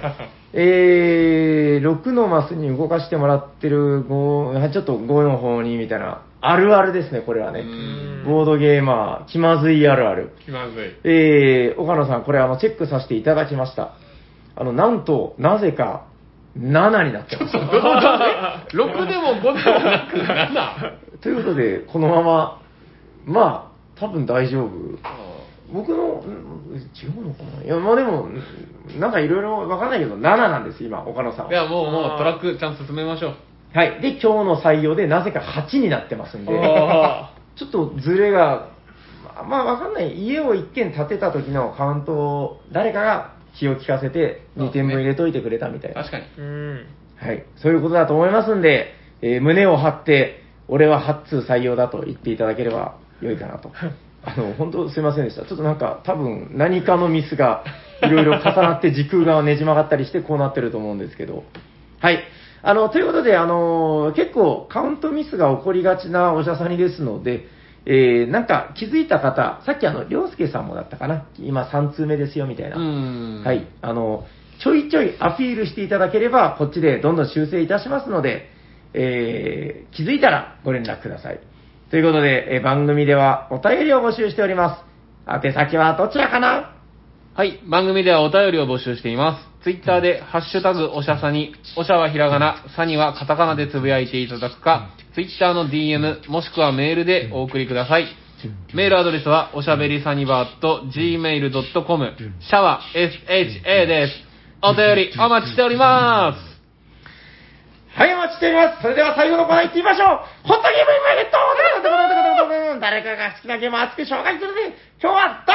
。6のマスに動かしてもらってる5、ちょっと5の方にみたいな、あるあるですね、これはね。ボードゲーマー、気まずいあるある。 気まずい。 岡野さん、これチェックさせていただきました。なんと、なぜか、7になってます。 6でも5でもなく7。 ということで、このまま、まあ、多分大丈夫。僕の、違うのかないや、まあでも、なんかいろいろわかんないけど、7なんです、今、岡野さんは。 いや、もうトラックちゃんと進めましょう。 はい。で、今日の採用でなぜか8になってますんで、ちょっとズレが、まあわかんない。家を1軒建てた時のカウントを誰かが気を利かせて2点分入れといてくれたみたいな。 確かに。 はい。そういうことだと思いますんで、胸を張って、俺は8通採用だと言っていただければ良いかなと。本当すいませんでした。ちょっとなんか多分何かのミスがいろいろ重なって時空がねじ曲がったりしてこうなってると思うんですけど。はい。ということで、結構カウントミスが起こりがちなおしゃさにですので、なんか気づいた方、さっきりょうすけさんもだったかな。今3通目ですよみたいな。はい。ちょいちょいアピールしていただければ、こっちでどんどん修正いたしますので、気づいたらご連絡ください。ということで、番組ではお便りを募集しております。宛先はどちらかな？ はい。番組ではお便りを募集しています。ツイッターで、ハッシュタグおしゃさに、おしゃはひらがな、さにはカタカナでつぶやいていただくか、ツイッターの DM、もしくはメールでお送りください。メールアドレスは、おしゃべりサニバー .gmail.com、シャワ SHA です。お便りお待ちしております。 はい、お待ちしております。それでは最後のコーナー行ってみましょう。ホットゲームインマーケット誰かが好きなゲームを熱く紹介するぜ。今日は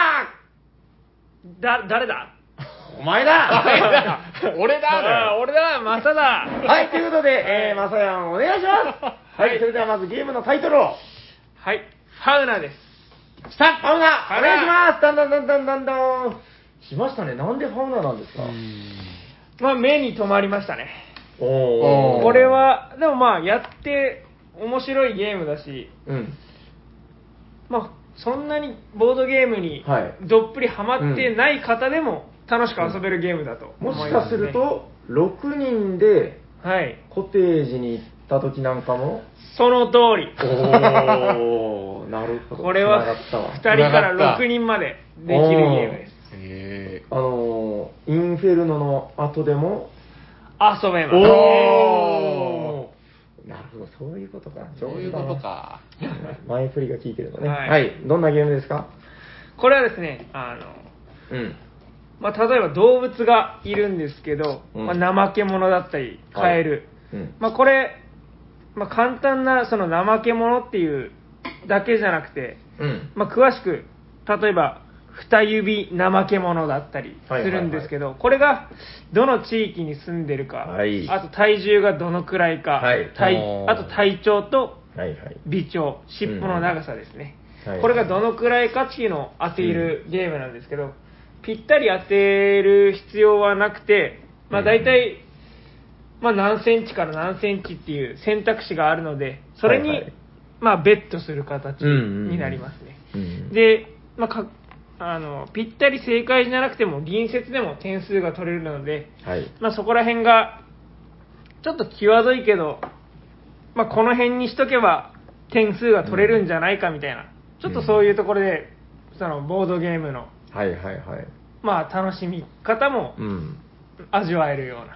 誰だお前だ俺だマサだはい、ということで、マサヤンお願いします。はい、それではまずゲームのタイトルを。 はい、ファウナです。 来たファウナお願いします。だんだん来ましたね。なんでファウナなんですか？ まあ、目に留まりましたね。 これは、でもまあ、やって面白いゲームだし、まあ、そんなにボードゲームにどっぷりハマってない方でも楽しく遊べるゲームだと思いますね。 もしかすると、6人でコテージに行った時なんかも、 その通り。 なるほど。 これは2人から6人までできるゲームです。 インフェルノの後でも遊べます。 なるほど、そういうことか。 そういうことか。 前振りが効いてるのね。はい。どんなゲームですか？ これはですね、まあ、例えば動物がいるんですけど、まあ、怠け者だったり、カエル。まあ、これ、まあ、簡単なその怠け者っていうだけじゃなくて、まあ、詳しく、例えば、二指怠け者だったりするんですけど、これがどの地域に住んでるか、あと体重がどのくらいか、あと体長と尾長、尻尾の長さですね。これがどのくらいかっていうのを当てるゲームなんですけど、ぴったり当てる必要はなくて、まあ、大体、まあ、何センチから何センチっていう選択肢があるので、それに、まあ、ベットする形になりますね。で、まあ、ぴったり正解じゃなくても隣接でも点数が取れるので、まあ、そこら辺がちょっと際どいけど、まあ、この辺にしとけば点数が取れるんじゃないかみたいな、ちょっとそういうところでそのボードゲームの、まあ、楽しみ方も味わえるような。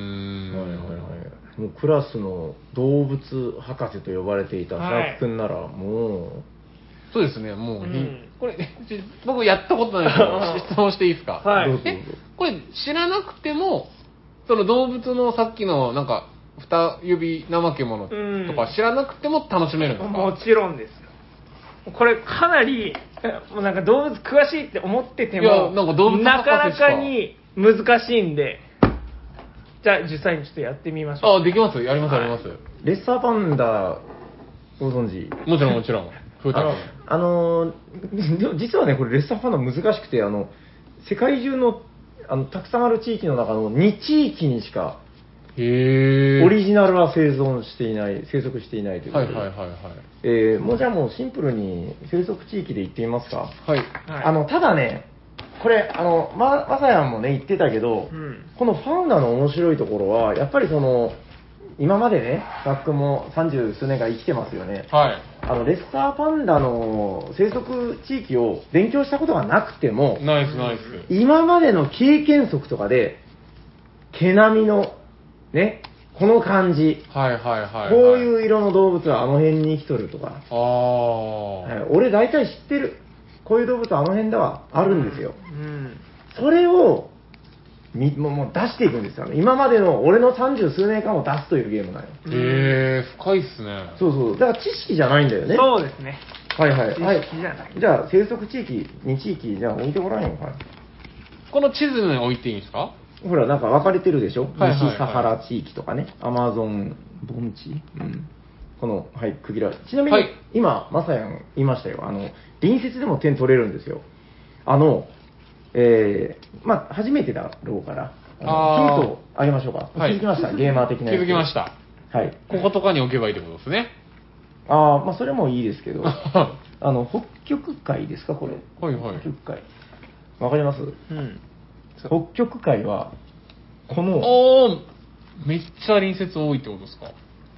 もうクラスの動物博士と呼ばれていたシャーク君ならもう、 そうですね、もう、これ、僕やったことないけど、質問していいですか？これ知らなくても、その動物のさっきのなんか、二指怠け者とか知らなくても楽しめるんですか？ もちろんです。これかなり、もうなんか動物詳しいって思ってても、なかなかに難しいんで、じゃあ実際にちょっとやってみましょう。 できます？やります、やります。 レッサーパンダ、ご存知？ もちろんもちろん。 実はね、これレッサーパンダ難しくて、世界中のたくさんある地域の中の2地域にしかオリジナルは生息していないということで、もうじゃあもうシンプルに生息地域で行ってみますか。ただね、これまさやんもね言ってたけど、このファウナの面白いところはやっぱりその今までね、学区も30数年間生きてますよね。レッサーパンダの生息地域を勉強したことがなくても、今までの経験則とかで、毛並みの、ね、この感じ、こういう色の動物はあの辺に生きとるとか、俺大体知ってる、こういう動物はあの辺ではあるんですよ。それをもう出していくんですよ。今までの俺の30数年間を出すというゲームなのよ。 深いっすね。 そう。だから知識じゃないんだよね。 そうですね。 知識じゃない。じゃあ生息地域、2地域、じゃあ置いてごらんよ。 この地図に置いていいんですか？ ほら、なんか分かれてるでしょ？西サハラ地域とかね、アマゾン盆地、この、区切られちなみに、今、まさやん言いましたよ。隣接でも点取れるんですよ。まあ、初めてだろうから、ヒントあげましょうか。気づきました、ゲーマー的なやつ。 気づきました。こことかに置けばいいってことですね。 まあ、それもいいですけど、北極海ですか、これ。北極海。わかります？北極海は、この、 めっちゃ隣接多いってことですか？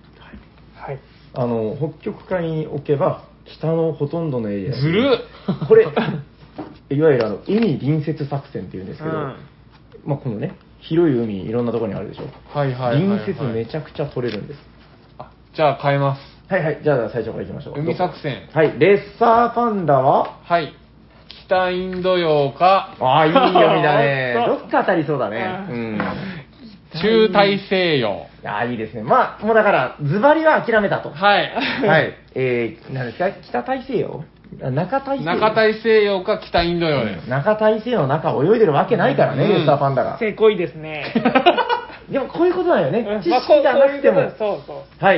北極海に置けば、北のほとんどのエリア。 ずるっこれ、いわゆる海隣接作戦っていうんですけど、まあ、このね、広い海、いろんなところにあるでしょ。隣接めちゃくちゃ取れるんです。 じゃあ変えます。 じゃあ最初からいきましょう。 海作戦。 レッサーパンダは北インド洋か。 いい読みだね。どっか当たりそうだね。 中大西洋。 いいですね。まあ、もうだから、ズバリは諦めたと。何ですか？北大西洋？中大西洋か北インド洋です。 中大西洋の中を泳いでるわけないからね、レッサーパンダが。 せこいですね。 でもこういうことだよね。知識がなくても。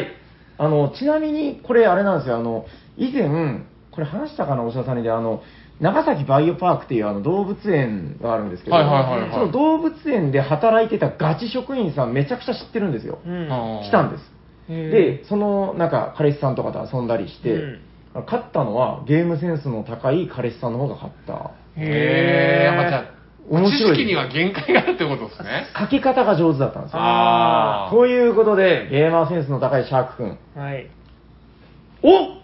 ちなみに、これあれなんですよ。以前、これ話したかな、おしゃさんにで、 長崎バイオパークっていう動物園があるんですけど、 はいはいはいはいその動物園で働いてたガチ職員さんめちゃくちゃ知ってるんですよ。来たんです。で、そのなんか彼氏さんとかと遊んだりして、勝ったのはゲームセンスの高い彼氏さんの方が勝った。 へー、やっぱじゃあ、 面白い知識には限界があるってことですね。 かけ方が上手だったんですよ。ということで、ゲーマーセンスの高いシャークくん。 はい。 お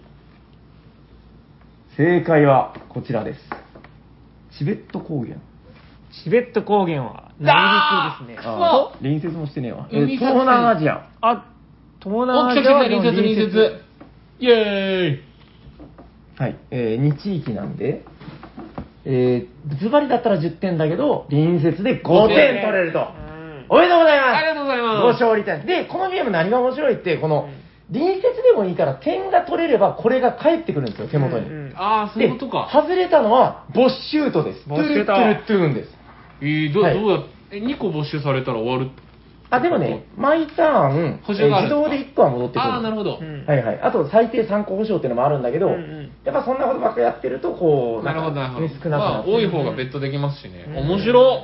正解はこちらです。チベット高原。 チベット高原は内陸ですね。 隣接もしてねえわ。東南アジア。 東南アジアは隣接。イェーイ。 はい。2地域なんで、ズバリだったら10点だけど、隣接で5点取れると。おめでとうございます。 ありがとうございます。 ご勝利点。で、このゲーム何が面白いって、この、隣接でもいいから点が取れればこれが返ってくるんですよ、手元に。 そういうことか。 外れたのは、ボッシュートです。 ボッシュート。 トゥルトゥーンです。 どうやって2個没収されたら終わる？ でもね、毎ターン、自動で1個は戻ってくる。 なるほど。 はいはい。あと、最低3個保証っていうのもあるんだけど、やっぱそんなことばっかりやってると、こう、 なるほど、なるほど。 少なくなって。 多い方がベットできますしね。面白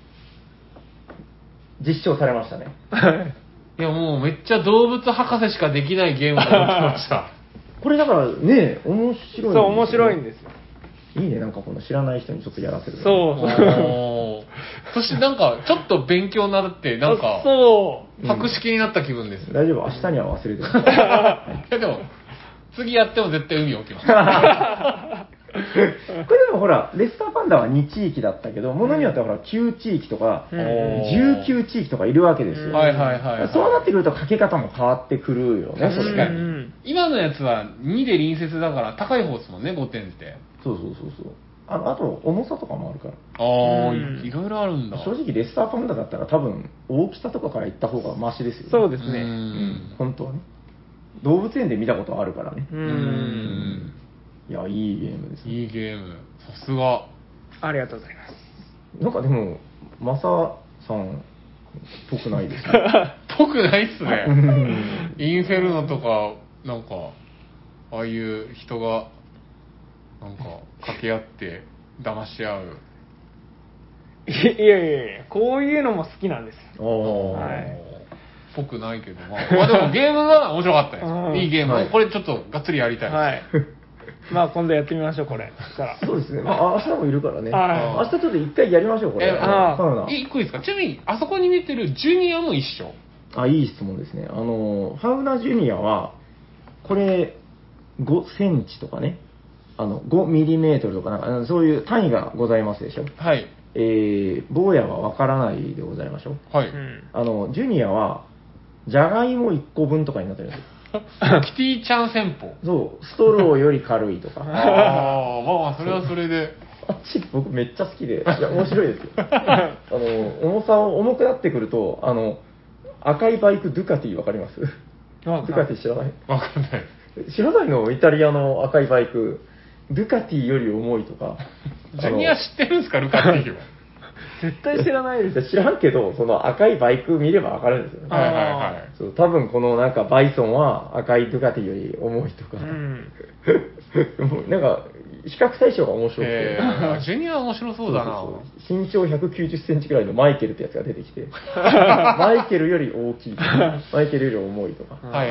実証されましたね。 いや、もうめっちゃ動物博士しかできないゲームだと思ってました。 これだからね、面白い。 そう、面白いんですよ。 いいね、なんかこの知らない人にちょっとやらせる。 そう。 そしてなんか、ちょっと勉強になって、なんか、博識になった気分です。 大丈夫、明日には忘れてる。 いやでも、次やっても絶対海起きます。 これでもほら、レッサーパンダは2地域だったけど、ものによってはほら、9地域とか、19地域とかいるわけですよ。 はいはいはい。 そうなってくると、かけ方も変わってくるよね、それね。 今のやつは2で隣接だから高い方ですもんね、5点って。 そう。あと、重さとかもあるから。 いろいろあるんだ。 正直、レッサーパンダだったら多分、大きさとかから言った方がマシですよね。 そうですね。 本当はね。動物園で見たことあるからね。いや、いいゲームですね。 いいゲーム。さすが。 ありがとうございます。 なんかでも、マサさん、っぽくないですね。 ぽくないっすね。インフェルノとか、なんか、ああいう人が、なんか、掛け合って、騙し合う。 いや、こういうのも好きなんですよ。 ぽくないけど、まあでもゲームが面白かったです。いいゲーム。これちょっとがっつりやりたいです。 まあ今度やってみましょう、これ。 そうですね。明日もいるからね。明日ちょっと一回やりましょう、これ。 一個いいですか？ちなみに、あそこに出てるジュニアも一緒？ いい質問ですね。ファウナジュニアは、これ、5センチとかね、5ミリメートルとか、なんかそういう単位がございますでしょ。 はい。 坊やはわからないでございましょ。 はい。 ジュニアは、じゃがいも1個分とかになってるんですよ。 キティちゃん戦法。 そう、ストローより軽いとか。 まあ、それはそれで。 僕めっちゃ好きで、いや、面白いですよ。重くなってくると、赤いバイク、ドゥカティわかります？ドゥカティ知らない？ わかんない。 知らないの？イタリアの赤いバイク、ドゥカティより重いとか。 ジュニア知ってるんですか、ルカティを。 絶対知らないです。 知らんけど、その赤いバイク見ればわかるんですよね。そう、多分このなんかバイソンは赤いドゥカティより重いとか。なんか、比較対象が面白くて。 ジュニアは面白そうだな。 身長190センチくらいのマイケルってやつが出てきて、マイケルより大きい、マイケルより重いとか。 はい。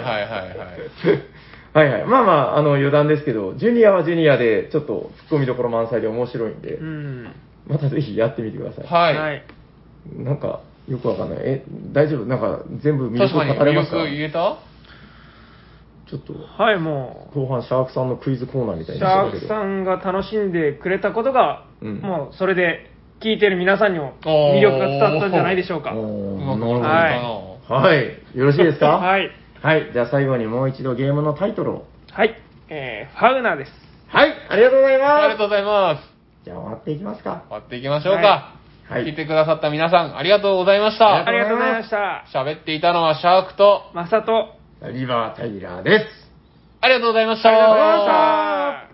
まあ、余談ですけど、ジュニアはジュニアで、ちょっとツッコミどころ満載で面白いんで、またぜひやってみてください。 はい。 なんか、よくわかんない。大丈夫？なんか、全部魅力語れますか？ 言えた？ ちょっと、 もう後半シャークさんのクイズコーナーみたいにシャークさんが楽しんでくれたことが、もうそれで聞いてる皆さんにも魅力が伝わったんじゃないでしょうか。 はい。よろしいですか？はい。じゃあ最後にもう一度ゲームのタイトルを。 はい。ファウナです。 はい。ありがとうございます。 ありがとうございます。 じゃあ終わっていきますか。 終わっていきましょうか。聞いてくださった皆さん、ありがとうございました。 ありがとうございました。 喋っていたのはシャークと、 マサと、 リバー・タイラーです。 ありがとうございました。 ありがとうございました。